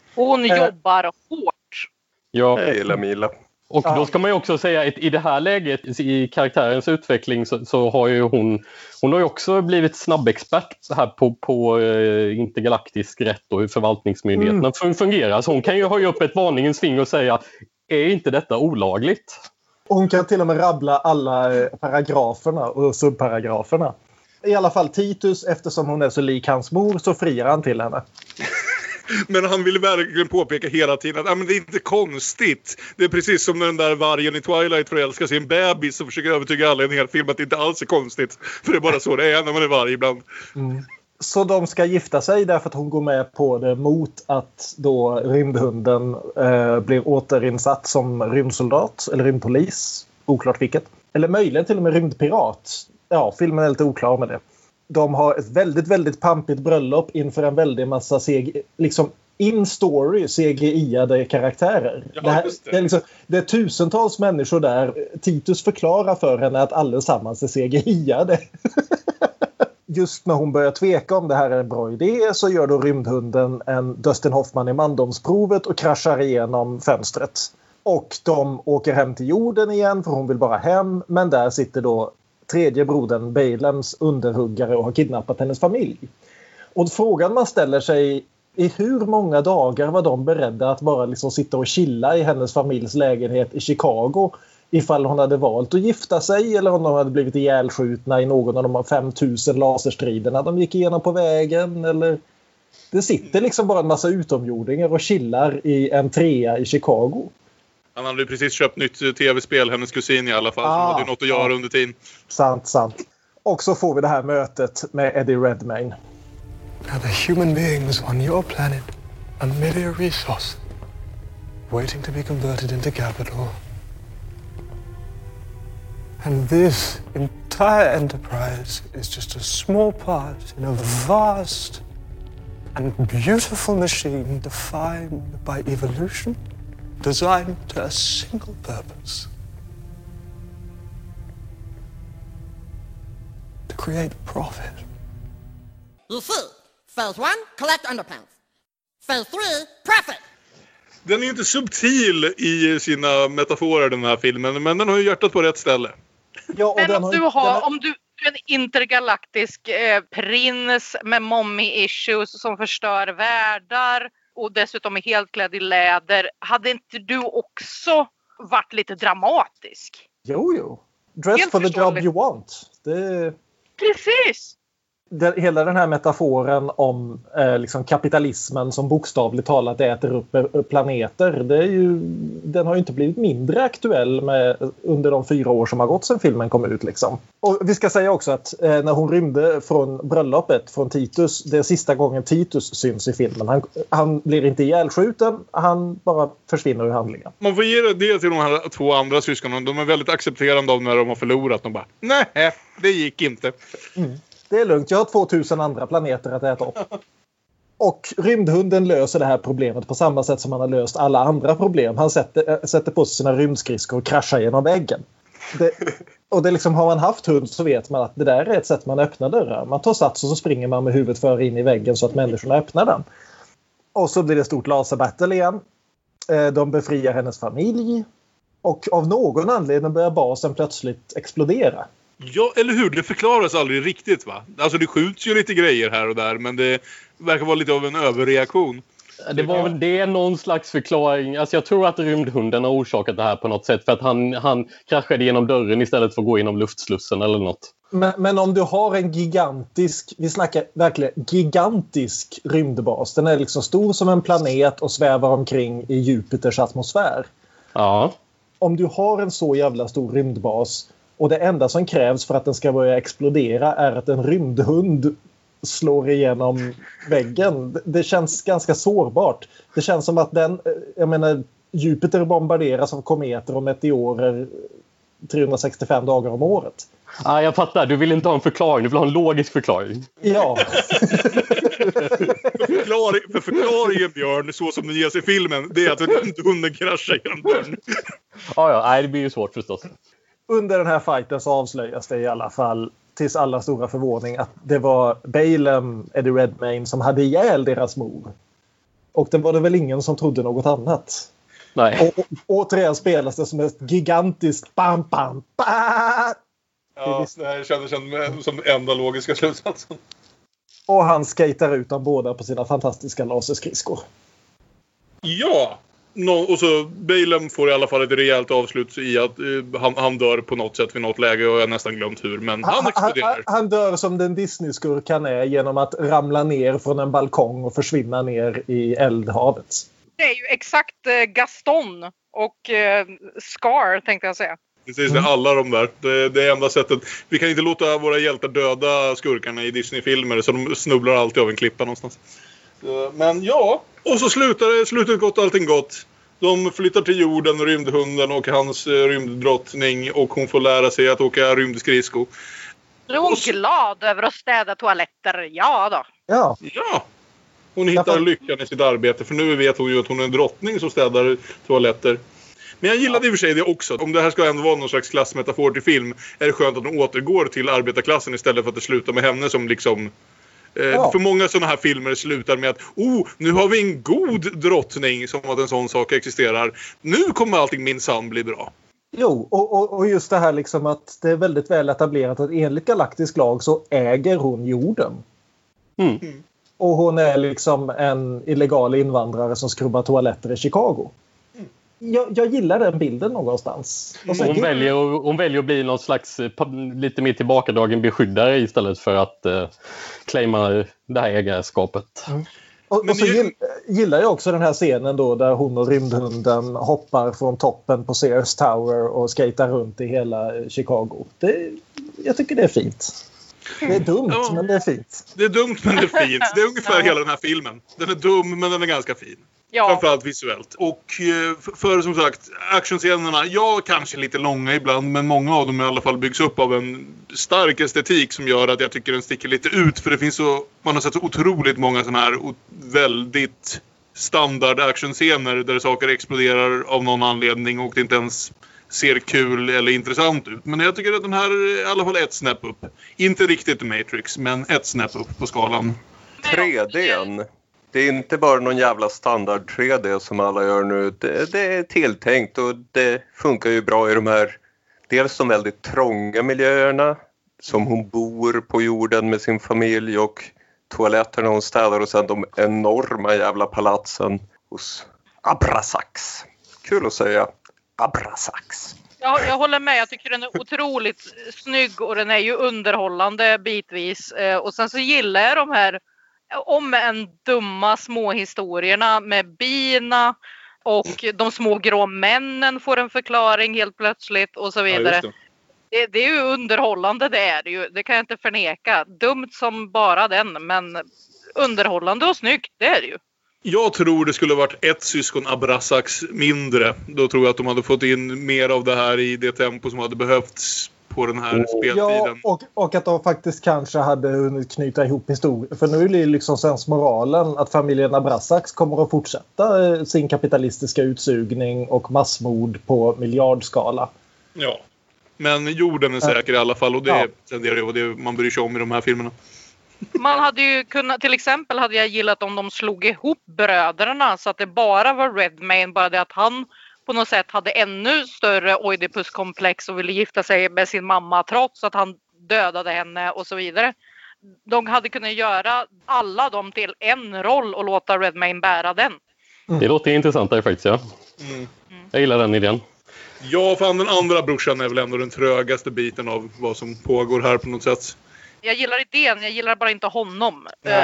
S3: jobbar hårt.
S2: Ja,
S5: jag gillar Mila.
S2: Och då ska man ju också säga att i det här läget i karaktärens utveckling så har ju hon har ju också blivit snabbexpert här på intergalaktisk rätt och hur förvaltningsmyndigheterna fungerar. Så hon kan ju ha upp ett varningens finger och säga, är inte detta olagligt?
S1: Hon kan till och med rabbla alla paragraferna och subparagraferna. I alla fall Titus, eftersom hon är så lik hans mor, så friar han till henne.
S4: Men han ville verkligen påpeka hela tiden att men det är inte konstigt. Det är precis som när den där vargen i Twilight förälskar sin bebis och försöker övertyga alla i en hel film att det inte alls är konstigt. För det är bara så det är när man är varg ibland.
S1: Så de ska gifta sig därför att hon går med på det mot att då rymdhunden blir återinsatt som rymdsoldat eller rymdpolis. Oklart vilket. Eller möjligen till och med rymdpirat. Ja, filmen är lite oklar med det. De har ett väldigt, väldigt pampigt bröllop inför en väldigt massa liksom in-story CGI-ade karaktärer.
S4: Ja,
S1: det är tusentals människor där. Titus förklarar för henne att allesammans är CGI-ade. Just när hon börjar tveka om det här är en bra idé så gör då rymdhunden en Dustin Hoffman i mandomsprovet och kraschar igenom fönstret. Och de åker hem till jorden igen för hon vill bara hem. Men där sitter då tredje brodern Balems underhuggare och har kidnappat hennes familj. Och frågan man ställer sig är hur många dagar var de beredda att bara liksom sitta och chilla i hennes familjs lägenhet i Chicago ifall hon hade valt att gifta sig eller om de hade blivit ihjälskjutna i någon av de 5000 laserstriderna de gick igenom på vägen eller Det sitter liksom bara en massa utomjordingar och chillar i en trea i Chicago.
S4: Han hade ju precis köpt nytt tv-spel, hennes kusin i alla fall. Som hade ju något att göra under tiden.
S1: Sant. Och så får vi det här mötet med Eddie Redmayne.
S16: Now the human beings on your planet are merely a resource waiting to be converted into capital. And this entire enterprise is just a small part in a vast and beautiful machine defined by evolution, designed to a single purpose. To create profit.
S17: You see, phase 1, collect underpants. Phase 3, profit.
S4: Den är ju inte subtil i sina metaforer, den här filmen, men den har ju hjärtat på rätt ställe.
S1: Ja,
S3: men om du är en intergalaktisk prins med mommy issues som förstör världar och dessutom är helt klädd i läder, hade inte du också varit lite dramatisk?
S1: Jo. Dress
S3: helt
S1: for the job you want.
S3: Precis.
S1: Hela den här metaforen om liksom kapitalismen som bokstavligt talat äter upp planeter, den har ju inte blivit mindre aktuell under de 4 år som har gått sedan filmen kom ut. Liksom. Och vi ska säga också att när hon rymde från bröllopet från Titus, det är sista gången Titus syns i filmen. Han blir inte ihjälskjuten, han bara försvinner ur handlingen.
S4: Man får ge det till de här 2 andra syskonen. De är väldigt accepterande av när de har förlorat. De bara, nej, det gick inte.
S1: Det är lugnt, jag har 2000 andra planeter att äta upp. Och rymdhunden löser det här problemet på samma sätt som han har löst alla andra problem. Han sätter på sig sina rymdskridskor och kraschar genom väggen. Och det liksom, har man haft hund så vet man att det där är ett sätt man öppnar dörrar. Man tar sats och så springer man med huvudet för in i väggen så att människorna öppnar den. Och så blir det stort laserbattle igen. De befriar hennes familj. Och av någon anledning börjar basen plötsligt explodera.
S4: Ja, eller hur? Det förklaras aldrig riktigt, va? Alltså det skjuts ju lite grejer här och där, men det verkar vara lite av en överreaktion.
S2: Det var väl det någon slags förklaring. Alltså jag tror att rymdhunden har orsakat det här på något sätt. För att han kraschade genom dörren istället för att gå genom luftslussen eller något.
S1: Men om du har en gigantisk, vi snackar verkligen gigantisk rymdbas. Den är liksom stor som en planet och svävar omkring i Jupiters atmosfär.
S2: Ja.
S1: Om du har en så jävla stor rymdbas och det enda som krävs för att den ska börja explodera är att en rymdhund slår igenom väggen. Det känns ganska sårbart. Det känns som att Jupiter bombarderas av kometer och meteorer 365 dagar om året.
S2: Ja, jag fattar. Du vill inte ha en förklaring. Du vill ha en logisk förklaring.
S1: Ja.
S4: Förklaringen, Björn, så som den ges i filmen, det är att hunden kraschar genom dörren.
S2: Ja, nej, det blir ju svårt förstås.
S1: Under den här fighten så avslöjas det i alla fall tills alla stora förvåning att det var Balaam, Eddie Redmayne, som hade ihjäl deras mor. Och det var det väl ingen som trodde något annat.
S2: Nej.
S1: Och återigen spelas det som ett gigantiskt bam, bam, bam.
S4: Ja, det här kändes som enda logiska slutsatsen.
S1: Och han skater ut dem båda på sina fantastiska laserskridskor.
S4: Ja, och så Balaam får i alla fall ett rejält avslut i att han dör på något sätt vid något läge och jag har nästan glömt hur, men han exploderar.
S1: Han dör som den Disney-skurkan är genom att ramla ner från en balkong och försvinna ner i eldhavet.
S3: Det är ju exakt Gaston och Scar tänkte jag säga.
S4: Precis, det är alla de där. Det är enda sättet. Vi kan inte låta våra hjältar döda skurkarna i Disney-filmer så de snubblar alltid av en klippa någonstans. Men ja, och så slutet gott, allting gott. De flyttar till jorden, rymdhunden och hans rymddrottning, och hon får lära sig att åka rymdskridsko.
S3: Är hon glad över att städa toaletter? Ja då.
S4: Ja. Hon hittar lyckan i sitt arbete, för nu vet hon ju att hon är en drottning som städar toaletter. Men jag gillade i och för sig det också. Om det här ska ändå vara någon slags klassmetafor till film, är det skönt att hon återgår till arbetarklassen istället för att det slutar med henne som liksom... För många sådana här filmer slutar med att nu har vi en god drottning, som att en sån sak existerar. Nu kommer allting minsann bli bra.
S1: Jo, och just det här liksom att det är väldigt väl etablerat att enligt galaktisk lag så äger hon jorden. Och hon är liksom en illegal invandrare som skrubbar toaletter i Chicago. Jag gillar den bilden någonstans.
S2: Hon väljer att bli någon slags lite mer tillbakadragen beskyddare istället för att claima det här ägarskapet.
S1: Och så gillar jag också den här scenen då där hon och rymdhunden hoppar från toppen på Sears Tower och skater runt i hela Chicago. Jag tycker det är fint. Det är dumt, men det är fint.
S4: Det är dumt, men det är fint. Det är ungefär hela den här filmen. Den är dum, men den är ganska fin. Ja. Framförallt visuellt. Och för som sagt, actionscenerna, kanske lite långa ibland, men många av dem i alla fall byggs upp av en stark estetik som gör att jag tycker den sticker lite ut. För det finns man har sett så otroligt många sådana här väldigt standard actionscener där saker exploderar av någon anledning och det inte ens ser kul eller intressant ut. Men jag tycker att den här är i alla fall ett snäpp upp. Inte riktigt Matrix, men ett snäpp upp på skalan.
S5: 3D:n. Det är inte bara någon jävla standard 3D som alla gör nu. Det är tilltänkt och det funkar ju bra i de här, dels de väldigt trånga miljöerna som hon bor på jorden med sin familj och toaletterna hon städar och sen de enorma jävla palatsen hos Abrasax. Kul att säga. Abrasax.
S3: Ja, jag håller med. Jag tycker den är otroligt snygg och den är ju underhållande bitvis. Och sen så gillar jag de här om en dumma små historierna med bina och de små grå männen får en förklaring helt plötsligt och så vidare. Ja, det är ju underhållande, det är det ju. Det kan jag inte förneka. Dumt som bara den, men underhållande och snyggt, det är det ju.
S4: Jag tror det skulle varit ett syskon Abrasax mindre. Då tror jag att de hade fått in mer av det här i det tempo som hade behövts på den här speltiden.
S1: Ja, och att de faktiskt kanske hade hunnit knyta ihop historien. För nu är det liksom sensmoralen att familjen Abrasax kommer att fortsätta sin kapitalistiska utsugning och massmord på miljardskala.
S4: Ja, men jorden är säker i alla fall och det är det man bryr sig om i de här filmerna.
S3: Man hade ju kunnat, till exempel hade jag gillat om de slog ihop bröderna så att det bara var Redmayne, bara det att han på något sätt hade ännu större Oidipuskomplex och ville gifta sig med sin mamma trots att han dödade henne och så vidare. De hade kunnat göra alla dem till en roll och låta Redmayne bära den.
S2: Det låter intressantare faktiskt, ja. Jag gillar den idén.
S4: Ja, fan den andra brorsan är väl ändå den trögaste biten av vad som pågår här på något sätt.
S3: Jag gillar idén, jag gillar bara inte honom.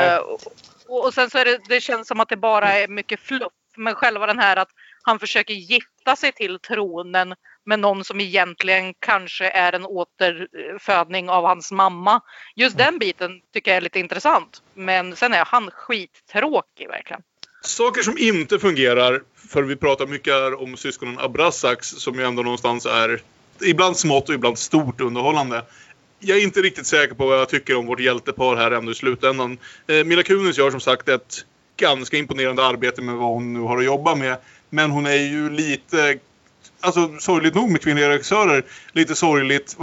S3: Och sen så är det känns som att det bara är mycket fluff. Men själva den här att han försöker gifta sig till tronen med någon som egentligen kanske är en återfödning av hans mamma. Just den biten tycker jag är lite intressant. Men sen är han skittråkig verkligen.
S4: Saker som inte fungerar, för vi pratar mycket här om syskonen Abrasax som ju ändå någonstans är ibland smått och ibland stort underhållande. Jag är inte riktigt säker på vad jag tycker om vårt hjältepar här ändå i slutändan. Mila Kunis gör som sagt ett ganska imponerande arbete med vad hon nu har att jobba med. Men hon är ju lite, alltså sorgligt nog med kvinnliga regissörer, lite sorgligt,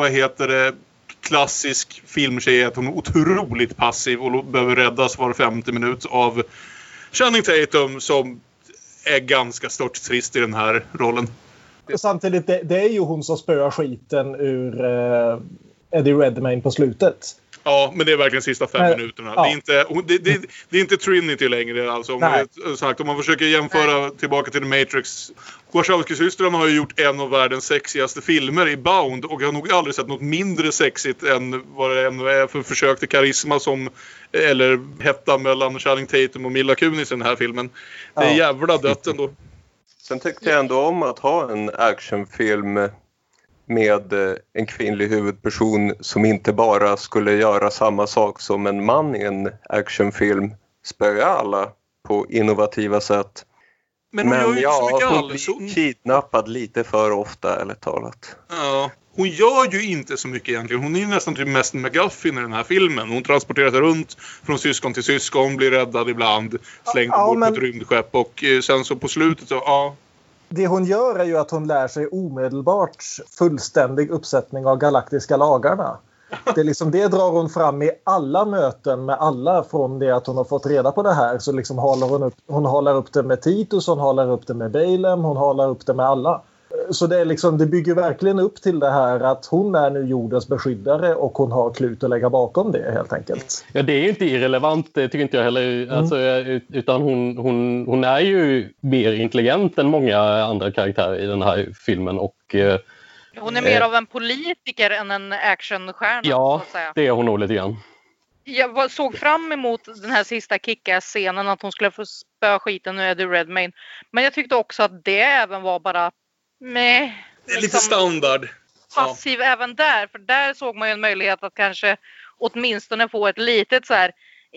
S4: klassisk filmtjej att hon är otroligt passiv och behöver räddas var 50 minut av Channing Tatum som är ganska störttrist i den här rollen.
S1: Samtidigt, det är ju hon som spöar skiten ur Eddie Redmayne på slutet.
S4: Ja, men det är verkligen sista 5 minuterna. Ja. Det är inte Trinity längre. Alltså, om man försöker jämföra tillbaka till The Matrix. Wachowski-systrarna har ju gjort en av världens sexigaste filmer i Bound. Och jag har nog aldrig sett något mindre sexigt än vad det ändå är för försök till karisma eller hetta mellan Channing Tatum och Mila Kunis i den här filmen. Det är jävla dött ändå.
S5: Sen tyckte jag ändå om att ha en actionfilm med en kvinnlig huvudperson som inte bara skulle göra samma sak som en man i en actionfilm, spöa alla på innovativa sätt.
S4: Men hon
S5: blir kidnappad lite för ofta, eller talat.
S4: Ja, hon gör ju inte så mycket egentligen. Hon är ju nästan typ mest McGuffin i den här filmen. Hon transporterar sig runt från syskon till syskon, blir räddad ibland, slängd bort på ett rymdskepp och sen så på slutet så,
S1: Det hon gör är ju att hon lär sig omedelbart fullständig uppsättning av galaktiska lagarna. Det drar hon fram i alla möten med alla från det att hon har fått reda på det här. Så liksom hon håller upp det med Titus, hon håller upp det med Balaam, hon håller upp det med alla. Så det bygger verkligen upp till det här att hon är nu jordens beskyddare och hon har klut att lägga bakom det helt enkelt.
S2: Ja, det är ju inte irrelevant, det tycker inte jag heller. Alltså, utan hon är ju mer intelligent än många andra karaktärer i den här filmen. Och,
S3: hon är mer av en politiker än en actionstjärna.
S2: Ja, det är hon nog lite grann.
S3: Jag såg fram emot den här sista Kick-Ass-scenen, att hon skulle få spöa skiten ur Eddie Redmayne. Men jag tyckte också att det även var bara
S4: lite standard.
S3: Passiv även där. För där såg man ju en möjlighet att kanske åtminstone få ett litet så här,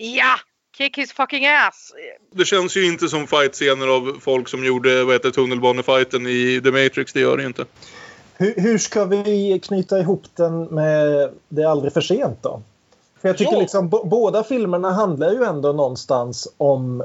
S3: kick his fucking ass.
S4: Det känns ju inte som fight-scener av folk som gjorde tunnelbanefighten i The Matrix. Det gör det inte.
S1: Hur ska vi knyta ihop den med Det är aldrig för sent då? För jag tycker liksom båda filmerna handlar ju ändå någonstans om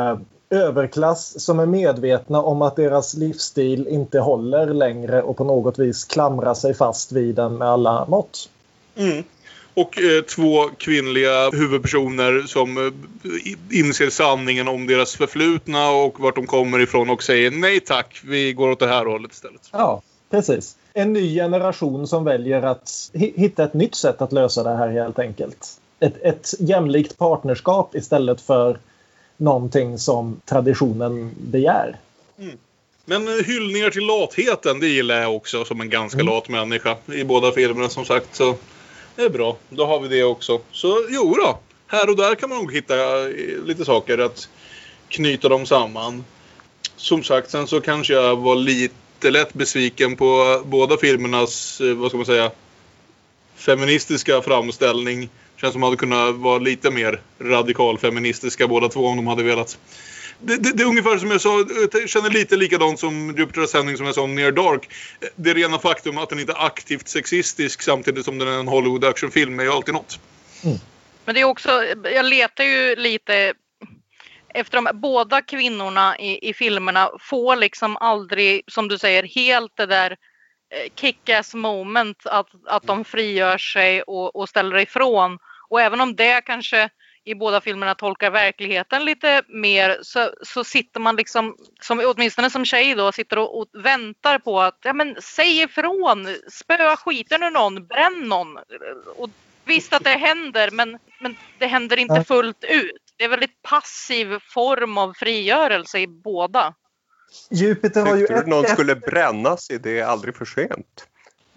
S1: överklass som är medvetna om att deras livsstil inte håller längre och på något vis klamrar sig fast vid den med alla mått.
S4: Mm. Och två kvinnliga huvudpersoner som inser sanningen om deras förflutna och vart de kommer ifrån och säger nej tack, vi går åt det här hållet istället.
S1: Ja, precis. En ny generation som väljer att hitta ett nytt sätt att lösa det här helt enkelt. Ett jämlikt partnerskap istället för någonting som traditionen begär.
S4: Mm. Men hyllningar till latheten, det gillar jag också som en ganska lat människa i båda filmerna som sagt. Så det är bra, då har vi det också. Så jo då, här och där kan man nog hitta lite saker att knyta dem samman. Som sagt, sen så kanske jag var lite lätt besviken på båda filmernas, vad ska man säga, feministiska framställning. Känns som att de hade kunnat vara lite mer radikal feministiska båda två om de hade velat. Det är ungefär som jag sa, jag känner lite likadant som Jupiter Ascending som jag sa om Near Dark. Det rena faktum att den inte är aktivt sexistisk samtidigt som den är en Hollywood actionfilm är ju alltid något.
S3: Mm. Men det är också, jag letar ju lite efter de båda kvinnorna i filmerna får liksom aldrig, som du säger, helt det där kick-ass moment att de frigör sig och ställer ifrån. Och även om det kanske i båda filmerna tolkar verkligheten lite mer så sitter man liksom, som, åtminstone som tjej då, sitter och väntar på att säg ifrån, spöa skiten ur någon, bränn någon. Och visst att det händer, men det händer inte fullt ut. Det är väldigt passiv form av frigörelse i båda.
S1: Jupiter har ju
S5: tyckte du någon skulle brännas i Det är aldrig för sent?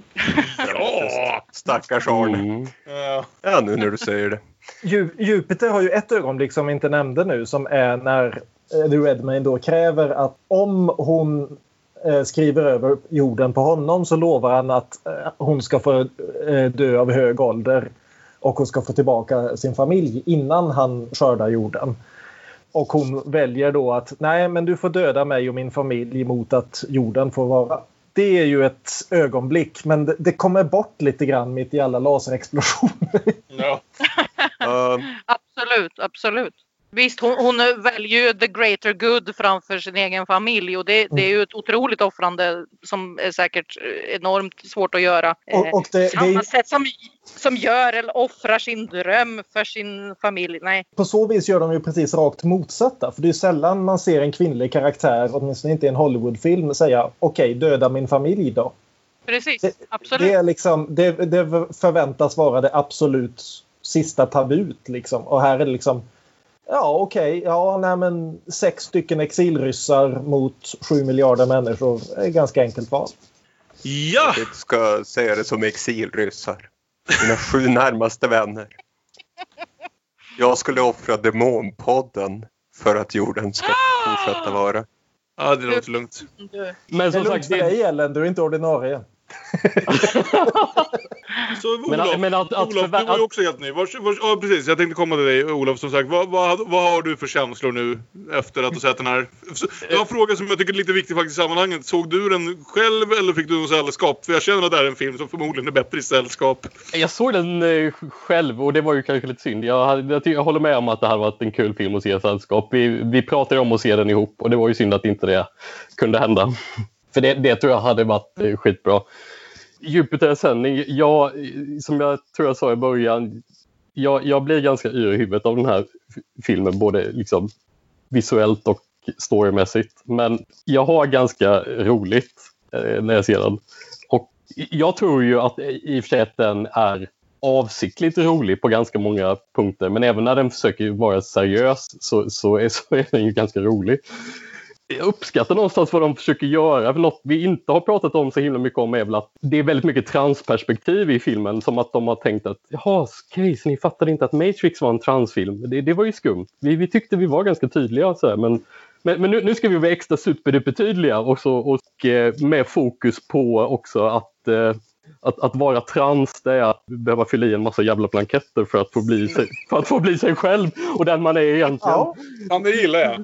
S4: Ja!
S5: Stackars Arne. Ja, nu när du säger det.
S1: Jupiter har ju ett ögonblick som vi inte nämnde nu, som är när The Redmayne då kräver att om hon skriver över jorden på honom så lovar han att hon ska få dö av hög ålder och hon ska få tillbaka sin familj innan han skördar jorden. Och hon väljer då att nej, men du får döda mig och min familj mot att jorden får vara. Det är ju ett ögonblick, men det kommer bort lite grann mitt i alla laserexplosioner.
S4: Ja.
S3: Absolut. Visst, hon väljer ju the greater good framför sin egen familj och det är ju ett otroligt offrande som är säkert enormt svårt att göra. Samma sätt som gör eller offrar sin dröm för sin familj. Nej.
S1: På så vis gör de ju precis rakt motsatta. För det är sällan man ser en kvinnlig karaktär, åtminstone inte i en Hollywoodfilm, säga okej, döda min familj då.
S3: Precis, absolut.
S1: Det är liksom, det förväntas vara det absolut sista tabut liksom. Och här är det liksom 6 stycken exilryssar mot 7 miljarder människor är ett ganska enkelt val.
S4: Ja!
S5: Jag ska säga det som exilryssar. Mina 7 närmaste vänner. Jag skulle offra Demonpodden för att jorden ska fortsätta vara.
S4: Ja, det låter lugnt.
S1: Men som sagt, det är Ellen, du är inte ordinarie.
S4: Så Olof, du var ju också helt ny. Ja, precis. Jag tänkte komma till dig, Olof, som sagt. Vad har du för känslor nu efter att du sett den här? Jag har en fråga som jag tycker är lite viktig faktiskt i sammanhanget. Såg du den själv eller fick du något sällskap? För jag känner att det är en film som förmodligen är bättre i sällskap.
S2: Jag såg den själv och det var ju kanske lite synd. Jag håller med om att det här var en kul film att se i sällskap. Vi pratade om att se den ihop och det var ju synd att inte det kunde hända. För det tror jag hade varit skitbra. Jupiter Ascending, som jag tror jag sa i början, jag blir ganska yr i huvudet av den här filmen, både liksom visuellt och storymässigt. Men jag har ganska roligt när jag ser den. Och jag tror ju att i och för sig att den är avsiktligt rolig på ganska många punkter. Men även när den försöker vara seriös så är den ju ganska rolig. Jag uppskattar någonstans vad de försöker göra. För något vi inte har pratat om så himla mycket om är väl att det är väldigt mycket transperspektiv i filmen. Som att de har tänkt att jaha, okej, så ni fattade inte att Matrix var en transfilm. Det var ju skumt. Vi tyckte vi var ganska tydliga så här, men nu ska vi vara extra superdupertydliga och med fokus på också att vara trans, det är att behöva fylla i en massa jävla blanketter för att få bli sig själv och den man är egentligen.
S4: Ja, det gillar jag.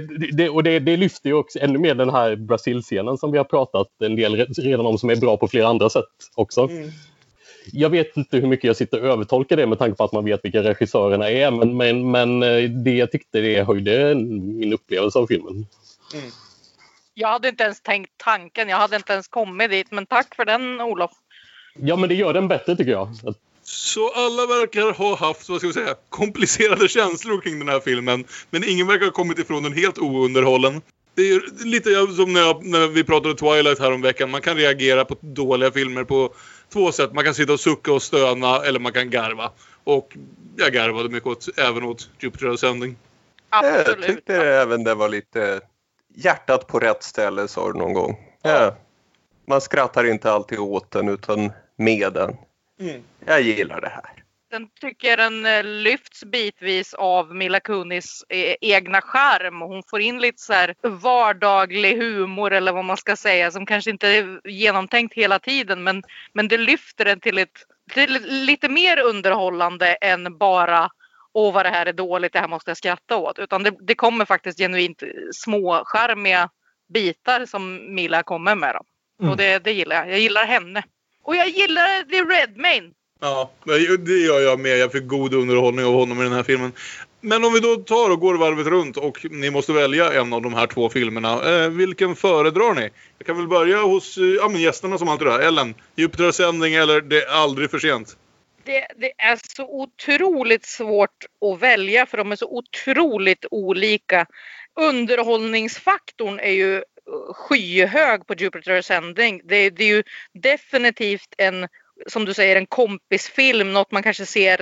S2: Det lyfter ju också ännu mer den här Brasil-scenen som vi har pratat en del redan om, som är bra på flera andra sätt också. Mm. Jag vet inte hur mycket jag sitter och övertolkar det med tanke på att man vet vilka regissörerna är, men det jag tyckte det höjde min upplevelse av filmen.
S3: Mm. Jag hade inte ens tänkt tanken, jag hade inte ens kommit dit, men tack för den, Olof.
S2: Ja, men det gör den bättre tycker jag.
S4: Så alla verkar ha haft, vad ska vi säga, komplicerade känslor kring den här filmen, men ingen verkar ha kommit ifrån den helt ounderhållen. Det är lite som när vi pratade Twilight här om veckan. Man kan reagera på dåliga filmer på två sätt. Man kan sitta och sucka och stöna, eller man kan garva. Och jag garvade mycket även åt Jupiter Ascending.
S3: Absolut.
S5: Jag tyckte även det var lite hjärtat på rätt ställe, sa du någon gång. Ja. Man skrattar inte alltid åt den utan med den. Mm. Jag gillar det här.
S3: Den tycker den lyfts bitvis av Mila Kunis egna charm. Hon får in lite så här vardaglig humor eller vad man ska säga, som kanske inte är genomtänkt hela tiden, men det lyfter den till lite mer underhållande än bara vad det här är dåligt, det här måste jag skratta åt. Utan det kommer faktiskt genuint små charmiga bitar som Mila kommer med dem. Mm. Och det gillar jag. Jag gillar henne. Och jag gillar The Redmayne.
S4: Ja, det gör jag med. Jag fick god underhållning av honom i den här filmen. Men om vi då tar och går varvet runt och ni måste välja en av de här två filmerna. Vilken föredrar ni? Jag kan väl börja hos gästerna som alltid är. Ellen, Jupiter Ascending eller Det är aldrig för sent?
S3: Det är så otroligt svårt att välja för de är så otroligt olika. Underhållningsfaktorn är ju skyhög på Jupiter Ascending. Det är ju definitivt som du säger, en kompisfilm. Något man kanske ser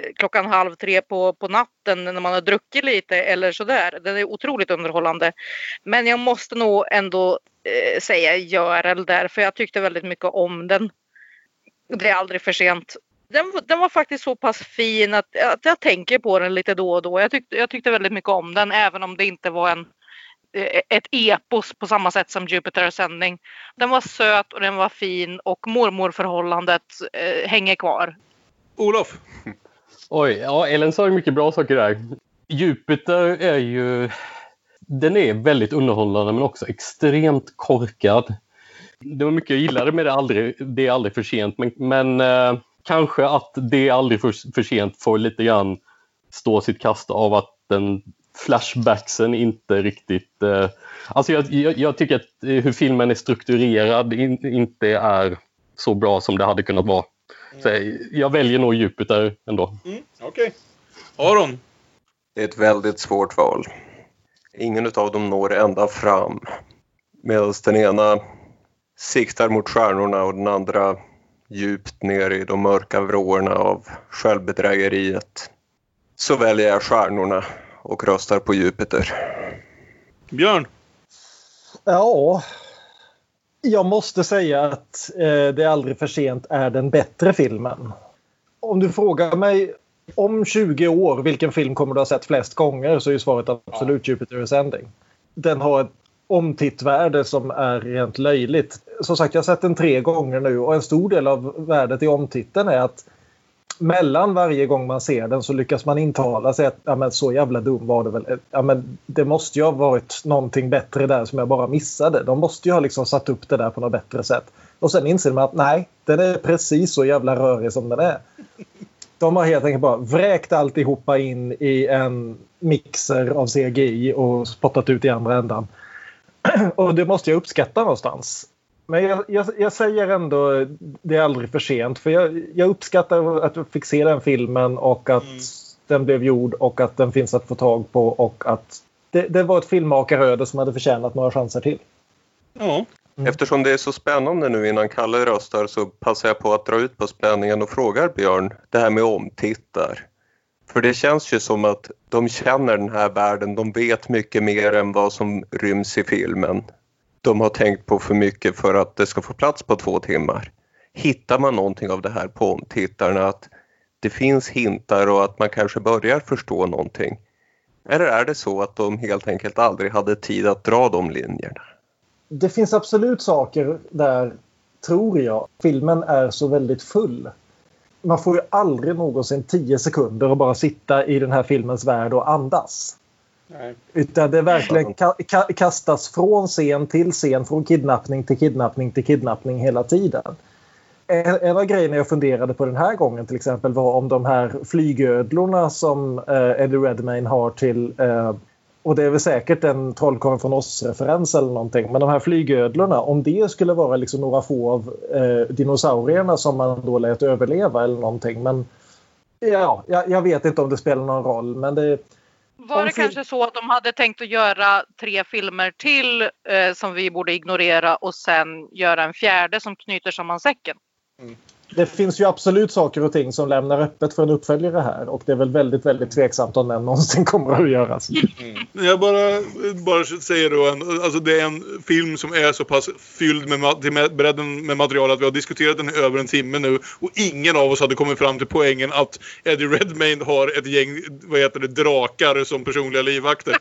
S3: 2:30 på natten när man har druckit lite eller sådär. Den är otroligt underhållande. Men jag måste nog ändå säga Görel där, för jag tyckte väldigt mycket om den. Det är aldrig för sent. Den var faktiskt så pass fin att jag tänker på den lite då och då. Jag tyckte väldigt mycket om den, även om det inte var ett epos på samma sätt som Jupiter Ascending. Den var söt och den var fin och mormorförhållandet hänger kvar.
S4: Olof?
S2: Oj, ja, Ellen sa ju mycket bra saker där. Jupiter är ju... Den är väldigt underhållande men också extremt korkad. Det var mycket jag gillade med det är aldrig för sent. Men kanske att det är aldrig för sent får lite grann stå sitt kast av att den flashbacksen inte riktigt... Alltså jag tycker att hur filmen är strukturerad inte är så bra som det hade kunnat vara. Så jag väljer nog Jupiter ändå.
S4: Okej. Aron?
S5: Det är ett väldigt svårt val. Ingen av dem når ända fram. Medan den ena siktar mot stjärnorna och den andra djupt ner i de mörka vrårna av självbedrägeriet. Så väljer jag stjärnorna och röstar på Jupiter.
S4: Björn?
S1: Ja, jag måste säga att Det är aldrig för sent är den bättre filmen. Om du frågar mig om 20 år vilken film kommer du ha sett flest gånger, så är svaret absolut Jupiter Ascending. Den har ett omtittvärde som är rent löjligt. Som sagt, jag har sett den 3 gånger nu och en stor del av värdet i omtiteln är att mellan varje gång man ser den så lyckas man intala sig att så jävla dum var det väl. Det måste ju ha varit någonting bättre där som jag bara missade. De måste ju ha liksom satt upp det där på något bättre sätt. Och sen inser man att nej, den är precis så jävla rörig som den är. De har helt enkelt bara vräkt alltihopa in i en mixer av CGI och spottat ut i andra ändan. Och det måste jag uppskatta någonstans. Men jag säger ändå det är aldrig för sent. För jag uppskattar att jag fick se den filmen och att den blev gjord och att den finns att få tag på och att det var ett filmmakaröde som hade förtjänat några chanser till.
S4: Ja.
S5: Eftersom det är så spännande nu innan Kalle röstar så passar jag på att dra ut på spänningen och frågar Björn det här med omtittar. För det känns ju som att de känner den här världen, de vet mycket mer än vad som ryms i filmen. De har tänkt på för mycket för att det ska få plats på 2 timmar. Hittar man någonting av det här på tittarna, att det finns hintar och att man kanske börjar förstå någonting? Eller är det så att de helt enkelt aldrig hade tid att dra de linjerna?
S1: Det finns absolut saker där, tror jag. Filmen är så väldigt full. Man får ju aldrig någonsin 10 sekunder och bara sitta i den här filmens värld och andas. Nej. Utan det verkligen kastas från scen till scen, från kidnappning till kidnappning till kidnappning hela tiden. En av grejerna jag funderade på den här gången till exempel var om de här flygödlorna som Eddie Redmayne har till, och det är väl säkert en Trollkarlen från Oz-referens eller någonting, men de här flygödlorna, om det skulle vara liksom några få av dinosaurierna som man då lät överleva eller någonting, men ja, jag vet inte om det spelar någon roll, men det...
S3: Var det kanske så att de hade tänkt att göra 3 filmer till som vi borde ignorera och sen göra en 4:e som knyter samman säcken?
S1: Mm. Det finns ju absolut saker och ting som lämnar öppet för en uppföljare här, och det är väl väldigt, väldigt tveksamt om den någonsin kommer att göras.
S4: Mm. Jag bara säger då, alltså det är en film som är så pass fylld med bredden med material att vi har diskuterat den i över en timme nu, och ingen av oss hade kommit fram till poängen att Eddie Redmayne har ett gäng, drakar som personliga livvakter.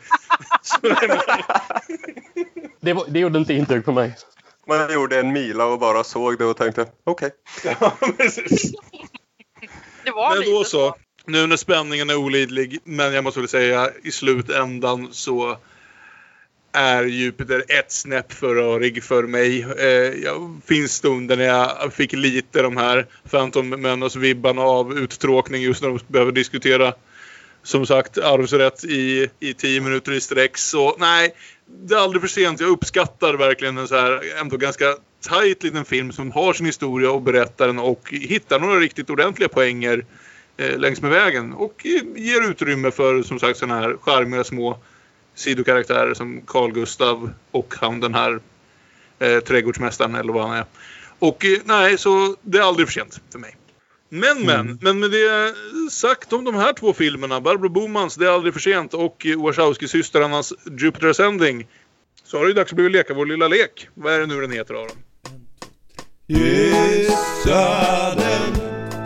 S2: Det gjorde inte intryck på mig.
S5: Man gjorde en mila och bara såg det och tänkte, okej.
S4: Ja, precis.
S3: Det var
S4: men då så, nu när spänningen är olidlig, men jag måste väl säga i slutändan så är Jupiter ett snäpp för rörig för mig. Jag finns stunder när jag fick lite de här Phantom Menace-vibbarna av uttråkning just när de behöver diskutera, som sagt, arvsrätt i 10 minuter i sträck. Så nej, det är aldrig för sent. Jag uppskattar verkligen en så här ändå ganska tajt liten film som har sin historia och berättar den och hittar några riktigt ordentliga poänger längs med vägen. Och ger utrymme för, som sagt, såna här charmiga små sidokaraktärer som Carl Gustav och han den här trädgårdsmästaren eller vad han är. Och nej, så det är aldrig för sent för mig. Men med det sagt om de här 2 filmerna, Barbro Bomans Det är aldrig för sent och Wachowski-systrarnas Jupiter Ascending, så har det ju dags att bli leka vår lilla lek. Vad är det nu den heter, Aron?
S18: Gissa den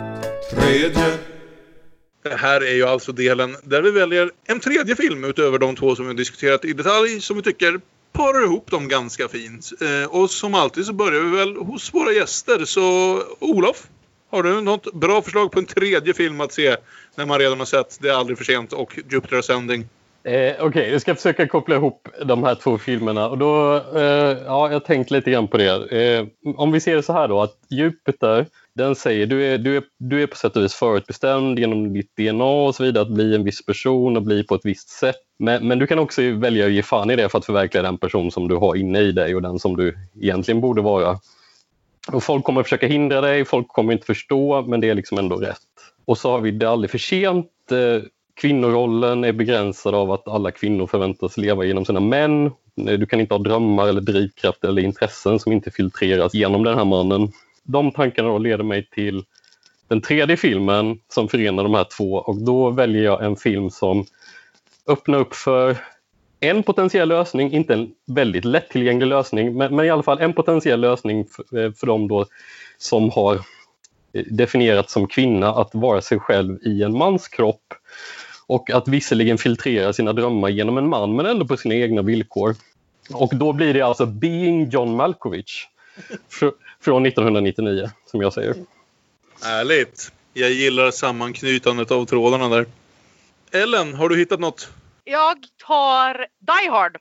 S18: tredje.
S4: Det här är ju alltså delen där vi väljer en 3:e film utöver de 2 som vi har diskuterat i detalj, som vi tycker parar ihop dem ganska fint. Och som alltid så börjar vi väl hos våra gäster. Så Olof, har du något bra förslag på en 3:e film att se när man redan har sett Det är aldrig för sent och Jupiter Ascending?
S2: Okej, jag ska försöka koppla ihop de här 2 filmerna. Och då, jag har tänkt lite grann på det. Om vi ser det så här då, att Jupiter, den säger du är på sätt och vis förutbestämd genom ditt DNA och så vidare att bli en viss person och bli på ett visst sätt. Men du kan också välja att ge fan i det för att förverkliga den person som du har inne i dig och den som du egentligen borde vara. Och folk kommer att försöka hindra dig, folk kommer inte förstå, men det är liksom ändå rätt. Och så har vi Det är aldrig för sent. Kvinnorollen är begränsad av att alla kvinnor förväntas leva genom sina män. Du kan inte ha drömmar eller drivkraft eller intressen som inte filtreras genom den här mannen. De tankarna då leder mig till den 3:e filmen som förenar de här 2. Och då väljer jag en film som öppnar upp för en potentiell lösning, inte en väldigt lättillgänglig lösning, men i alla fall en potentiell lösning för dem då som har definierat som kvinna att vara sig själv i en mans kropp och att visserligen filtrera sina drömmar genom en man men ändå på sina egna villkor. Och då blir det alltså Being John Malkovich från 1999 som jag säger.
S4: Ärligt. Jag gillar sammanknytandet av trådarna där. Ellen, har du hittat något?
S3: Jag tar Die Hard.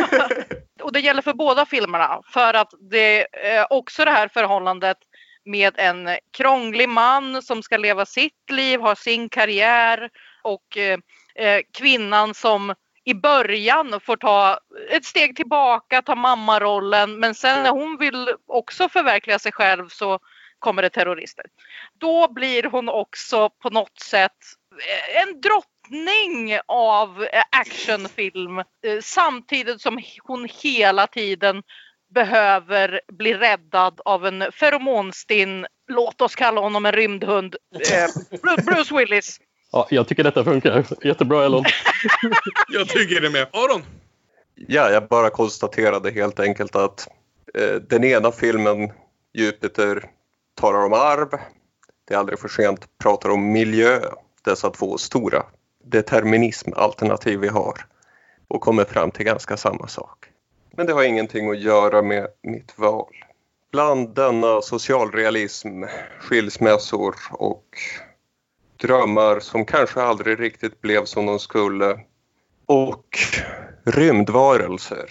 S3: Och det gäller för båda filmerna. För att det är också det här förhållandet med en krånglig man som ska leva sitt liv, ha sin karriär. Och kvinnan som i början får ta ett steg tillbaka, ta mammarollen. Men sen när hon vill också förverkliga sig själv så kommer det terrorister. Då blir hon också på något sätt en drottning av actionfilm. Samtidigt som hon hela tiden behöver bli räddad av en feromonstinn, låt oss kalla honom en rymdhund, Bruce Willis.
S2: Ja, jag tycker detta funkar. Jättebra, Elon.
S4: Jag tycker det med. Aron?
S5: Ja, jag bara konstaterade helt enkelt att den ena filmen, Jupiter, talar om arv. Det är aldrig för sent, pratar om miljö. Dessa två stora determinismalternativ vi har. Och kommer fram till ganska samma sak. Men det har ingenting att göra med mitt val. Bland denna socialrealism, skilsmässor och drömmar som kanske aldrig riktigt blev som de skulle. Och rymdvarelser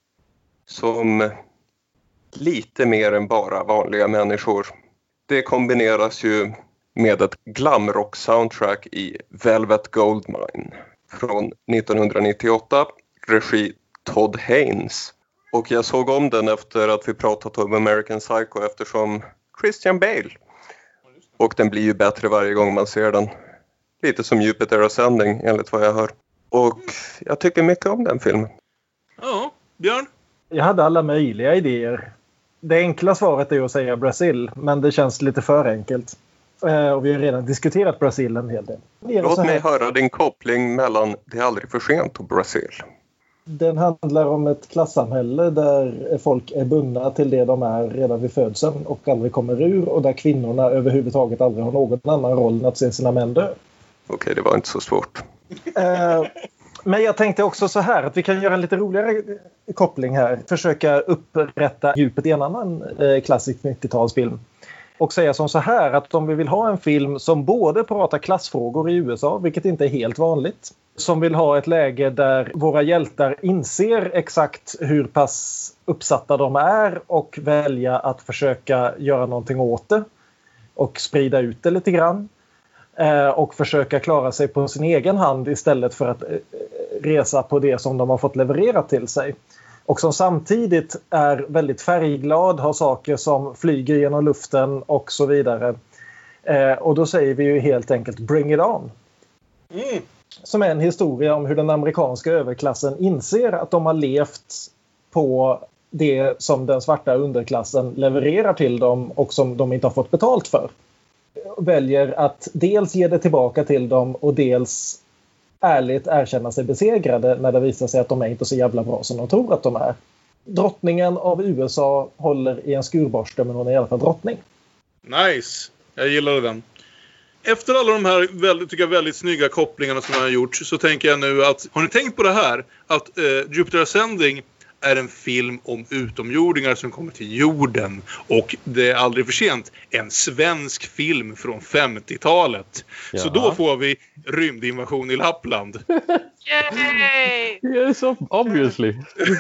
S5: som lite mer än bara vanliga människor. Det kombineras ju med ett glamrock-soundtrack i Velvet Goldmine från 1998, regi Todd Haynes. Och jag såg om den efter att vi pratat om American Psycho eftersom Christian Bale. Och den blir ju bättre varje gång man ser den. Lite som Jupiter Ascending enligt vad jag hör. Och jag tycker mycket om den filmen.
S4: Ja, Björn?
S1: Jag hade alla möjliga idéer. Det enkla svaret är att säga Brasil, men det känns lite för enkelt. Och vi har redan diskuterat Brasil en hel del.
S5: Låt mig höra din koppling mellan Det är aldrig för sent och Brasil.
S1: Den handlar om ett klassamhälle där folk är bundna till det de är redan vid födseln och aldrig kommer ur. Och där kvinnorna överhuvudtaget aldrig har någon annan roll än att se sina män dö.
S5: Okej, det var inte så svårt.
S1: Men jag tänkte också så här att vi kan göra en lite roligare koppling här. Försöka upprätta djupet i en annan klassisk 90-talsfilm. Och säga som så här att om vi vill ha en film som både pratar klassfrågor i USA, vilket inte är helt vanligt. Som vill ha ett läge där våra hjältar inser exakt hur pass uppsatta de är och välja att försöka göra någonting åt det. Och sprida ut det lite grann. Och försöka klara sig på sin egen hand istället för att resa på det som de har fått levererat till sig. Och som samtidigt är väldigt färgglad, har saker som flyger genom luften och så vidare. Och då säger vi ju helt enkelt Bring It On. Som är en historia om hur den amerikanska överklassen inser att de har levt på det som den svarta underklassen levererar till dem och som de inte har fått betalt för. Väljer att dels ge det tillbaka till dem och dels ärligt erkänna sig besegrade när det visar sig att de är inte så jävla bra som de tror att de är. Drottningen av USA håller i en skurborste, men hon är i alla fall drottning.
S4: Nice, jag gillade den. Efter alla de här tycker jag, väldigt snygga kopplingarna som jag har gjort så tänker jag nu att, har ni tänkt på det här? Att Jupiter Ascending är en film om utomjordingar som kommer till jorden. Och det är aldrig för sent. En svensk film från 50-talet. Ja. Så då får vi rymdinvasion i Lappland.
S3: Yay!
S2: Yes, obviously.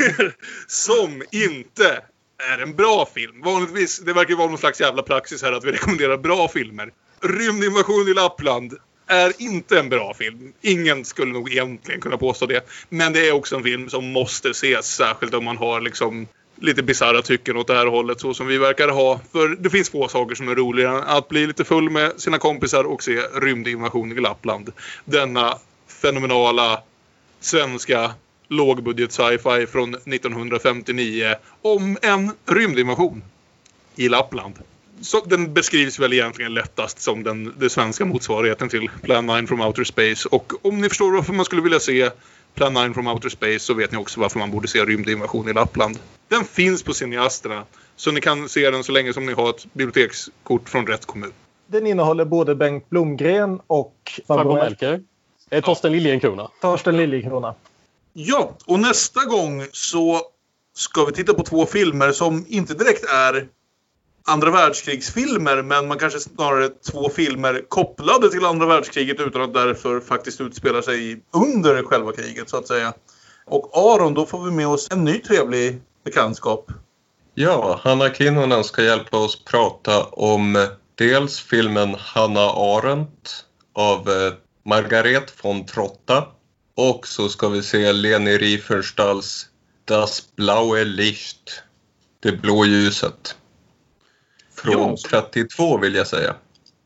S4: Som inte är en bra film. Vanligtvis, det verkar vara någon slags jävla praxis här att vi rekommenderar bra filmer. Rymdinvasion i Lappland är inte en bra film. Ingen skulle nog egentligen kunna påstå det. Men det är också en film som måste ses. Särskilt om man har liksom lite bizarra tycken åt det här hållet. Så som vi verkar ha. För det finns få saker som är roligare än att bli lite full med sina kompisar och se rymdinvasion i Lappland. Denna fenomenala svenska lågbudget sci-fi från 1959 om en rymdinvasion i Lappland. Så den beskrivs väl egentligen lättast som den svenska motsvarigheten till Plan 9 from Outer Space. Och om ni förstår varför man skulle vilja se Plan 9 from Outer Space så vet ni också varför man borde se rymdinvasion i Lappland. Den finns på cineasterna så ni kan se den så länge som ni har ett bibliotekskort från rätt kommun.
S1: Den innehåller både Bengt Blomgren och
S2: Farbror Melker. Torsten Liljenkrona.
S1: Torsten Liljenkrona.
S4: Ja, och nästa gång så ska vi titta på två filmer som inte direkt är andra världskrigsfilmer, men man kanske snarare två filmer kopplade till andra världskriget utan att därför faktiskt utspela sig under själva kriget så att säga. Och Aron, då får vi med oss en ny trevlig bekantskap.
S5: Ja, Hanna Kinnunen ska hjälpa oss prata om dels filmen Hannah Arendt av Margaret von Trotta. Och så ska vi se Leni Riefenstahls Das blaue Licht, det blå ljuset. Från 32 vill jag säga.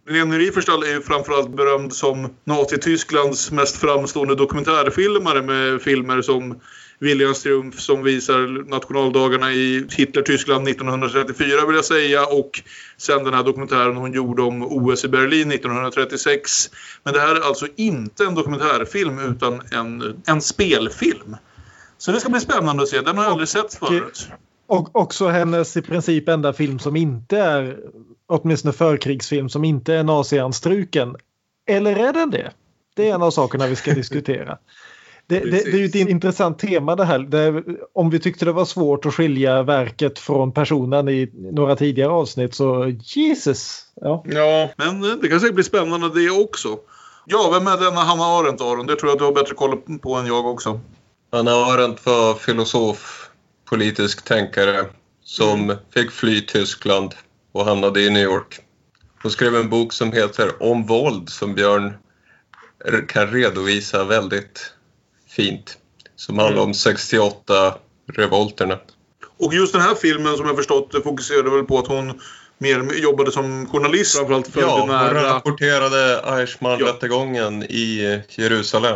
S4: Leni Riefenstahl är ju framförallt berömd som Nazi-Tysklands mest framstående dokumentärfilmare med filmer som Viljans triumf som visar nationaldagarna i Hitler-Tyskland 1934 vill jag säga, och sen den här dokumentären hon gjorde om OS i Berlin 1936. Men det här är alltså inte en dokumentärfilm utan en spelfilm. Så det ska bli spännande att se, den har jag aldrig sett förut.
S1: Och också hennes i princip enda film som inte är, åtminstone förkrigsfilm, som inte är nazianstruken. Eller är den det? Det är en av sakerna vi ska diskutera. Det är ju ett intressant tema det här. Om vi tyckte det var svårt att skilja verket från personen i några tidigare avsnitt, så Jesus. Ja,
S4: men det kan säkert bli spännande det också. Ja, vem är denna Hannah Arendt, Aron? Det tror jag att du har bättre koll på än jag också.
S5: Hannah Arendt var filosof, politisk tänkare som fick fly Tyskland och hamnade i New York. Hon skrev en bok som heter Om våld som Björn kan redovisa väldigt fint. Som handlar om 68 revolterna. Och just den här filmen som jag förstått fokuserade väl på att hon mer jobbade som journalist. Framförallt för hon rapporterade Eichmann-rättegången i Jerusalem.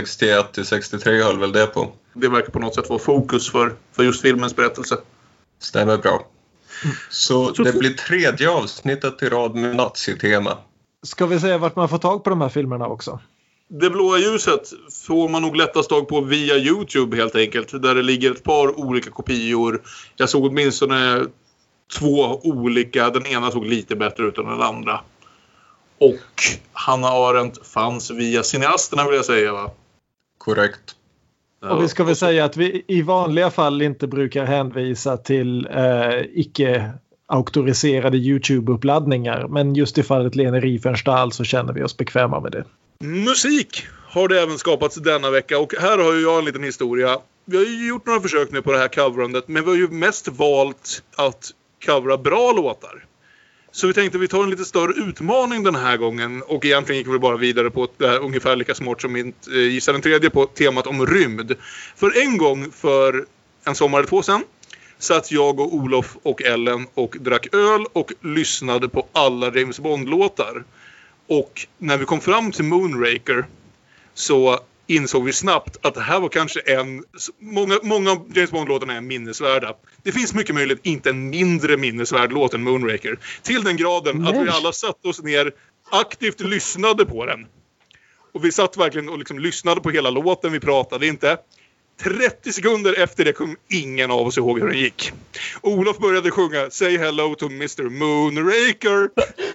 S5: 61-63 höll väl det på. Det verkar på något sätt vara fokus för just filmens berättelse. Stämmer bra. Så det blir 3:e avsnittet i rad med nazi-tema.
S1: Ska vi säga vart man får tag på de här filmerna också?
S4: Det blåa ljuset får man nog lättast tag på via YouTube helt enkelt. Där det ligger ett par olika kopior. Jag såg åtminstone 2 olika. Den ena såg lite bättre ut än den andra. Och Hannah Arendt fanns via cineasterna vill jag säga, va? Korrekt.
S1: Ja. Och vi ska väl säga att vi i vanliga fall inte brukar hänvisa till icke-auktoriserade YouTube-uppladdningar. Men just i fallet Leni Riefenstahl så känner vi oss bekväma med det.
S4: Musik har det även skapats denna vecka, och här har ju jag en liten historia. Vi har ju gjort några försök nu på det här coverandet, men vi har ju mest valt att covera bra låtar. Så vi tänkte vi tar en lite större utmaning den här gången, och egentligen gick vi bara vidare på det här ungefär lika smart som Gissa den tredje på temat om rymd. För en gång för en sommar eller 2 sedan satt jag och Olof och Ellen och drack öl och lyssnade på alla James Bond-låtar. Och när vi kom fram till Moonraker så insåg vi snabbt att det här var kanske många av James Bond-låtarna är minnesvärda. Det finns mycket möjligt inte en mindre minnesvärd låt än Moonraker. Till den graden att vi alla satte oss ner, aktivt lyssnade på den. Och vi satt verkligen och liksom lyssnade på hela låten, vi pratade inte. 30 sekunder efter det kom ingen av oss ihåg hur den gick. Olof började sjunga Say hello to Mr. Moonraker.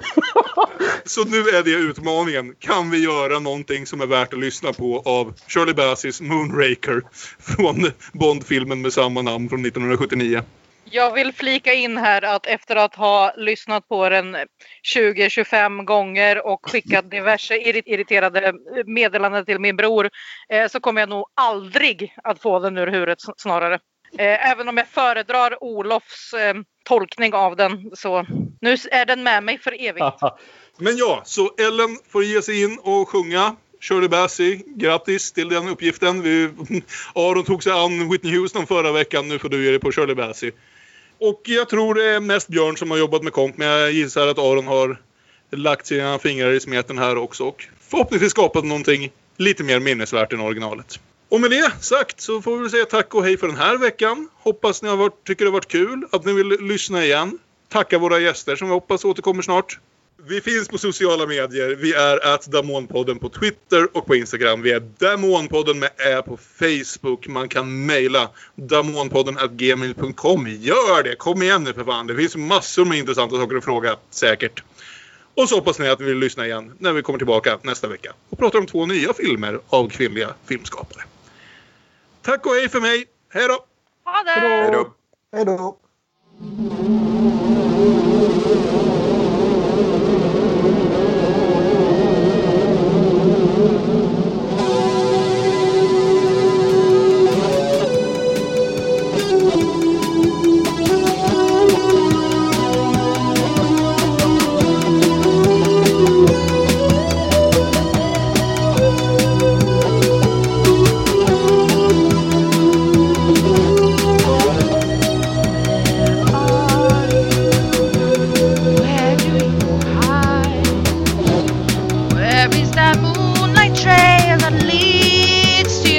S4: Så nu är det utmaningen. Kan vi göra någonting som är värt att lyssna på av Shirley Bassey's Moonraker från Bond-filmen med samma namn från 1979?
S3: Jag vill flika in här att efter att ha lyssnat på den 20-25 gånger och skickat diverse irriterade meddelanden till min bror, så kommer jag nog aldrig att få den ur huvudet snarare. Även om jag föredrar Olofs tolkning av den, så nu är den med mig för evigt.
S4: Men ja, så Ellen får ge sig in och sjunga Shirley Bassey. Grattis till den uppgiften. Aron tog sig an Whitney Houston förra veckan, nu får du ge dig på Shirley Bassey. Och jag tror det är mest Björn som har jobbat med komp, men jag gissar att Aron har lagt sina fingrar i smeten här också och förhoppningsvis skapat någonting lite mer minnesvärt än originalet. Och med det sagt så får vi säga tack och hej för den här veckan. Hoppas ni tycker det har varit kul, att ni vill lyssna igen. Tacka våra gäster som vi hoppas återkommer snart. Vi finns på sociala medier. Vi är @Damonpodden på Twitter och på Instagram. Vi är Damonpodden med på Facebook. Man kan mejla damonpodden@gmail.com. Gör det, kom igen nu för fan. Det finns massor med intressanta saker att fråga, säkert. Och så hoppas ni att ni vill lyssna igen när vi kommer tillbaka nästa vecka och pratar om 2 nya filmer av kvinnliga filmskapare. Tack och hej för mig. Hej då!
S3: Ha det!
S5: Hej då!
S1: Hej då!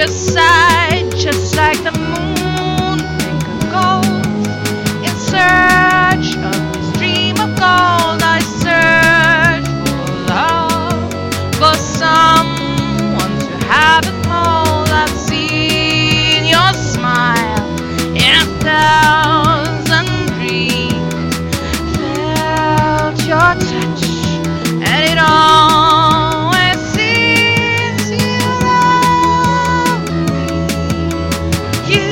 S3: your side, just like the moon goes in search of this dream of gold. I search for love, for someone to have and hold. I've seen your smile in 1,000 dreams, felt your touch, and it always seems you love me. You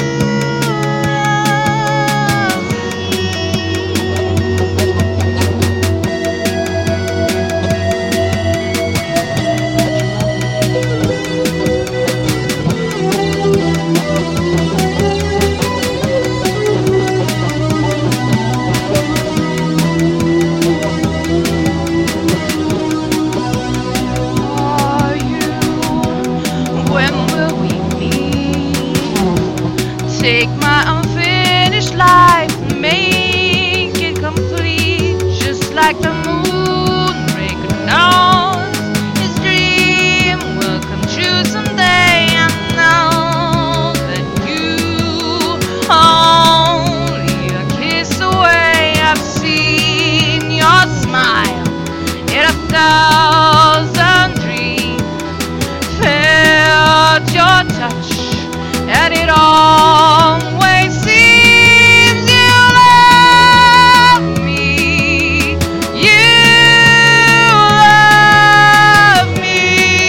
S3: take my unfinished life and make it complete, just like the moonraker knows his dream will come true someday. I know that you only a kiss away. I've seen your smile in 1,000 dreams, felt your touch, and it always seems you love me. You love me.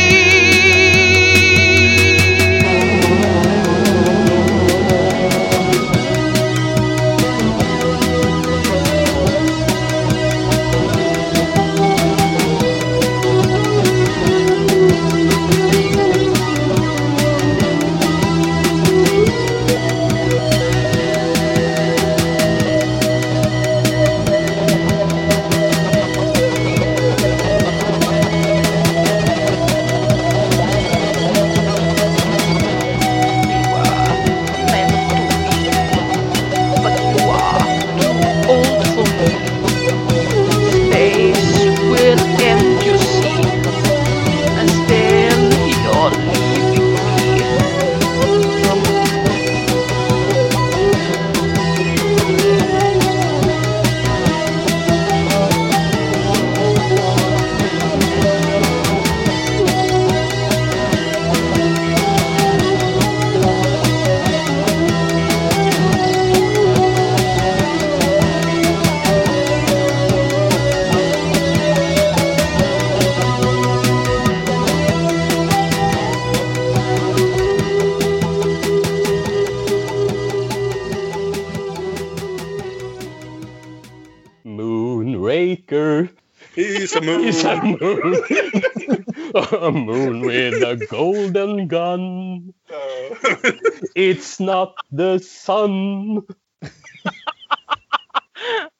S2: Moonraker.
S4: He's a moon.
S2: He's a moon. A moon with a golden gun. It's not the sun.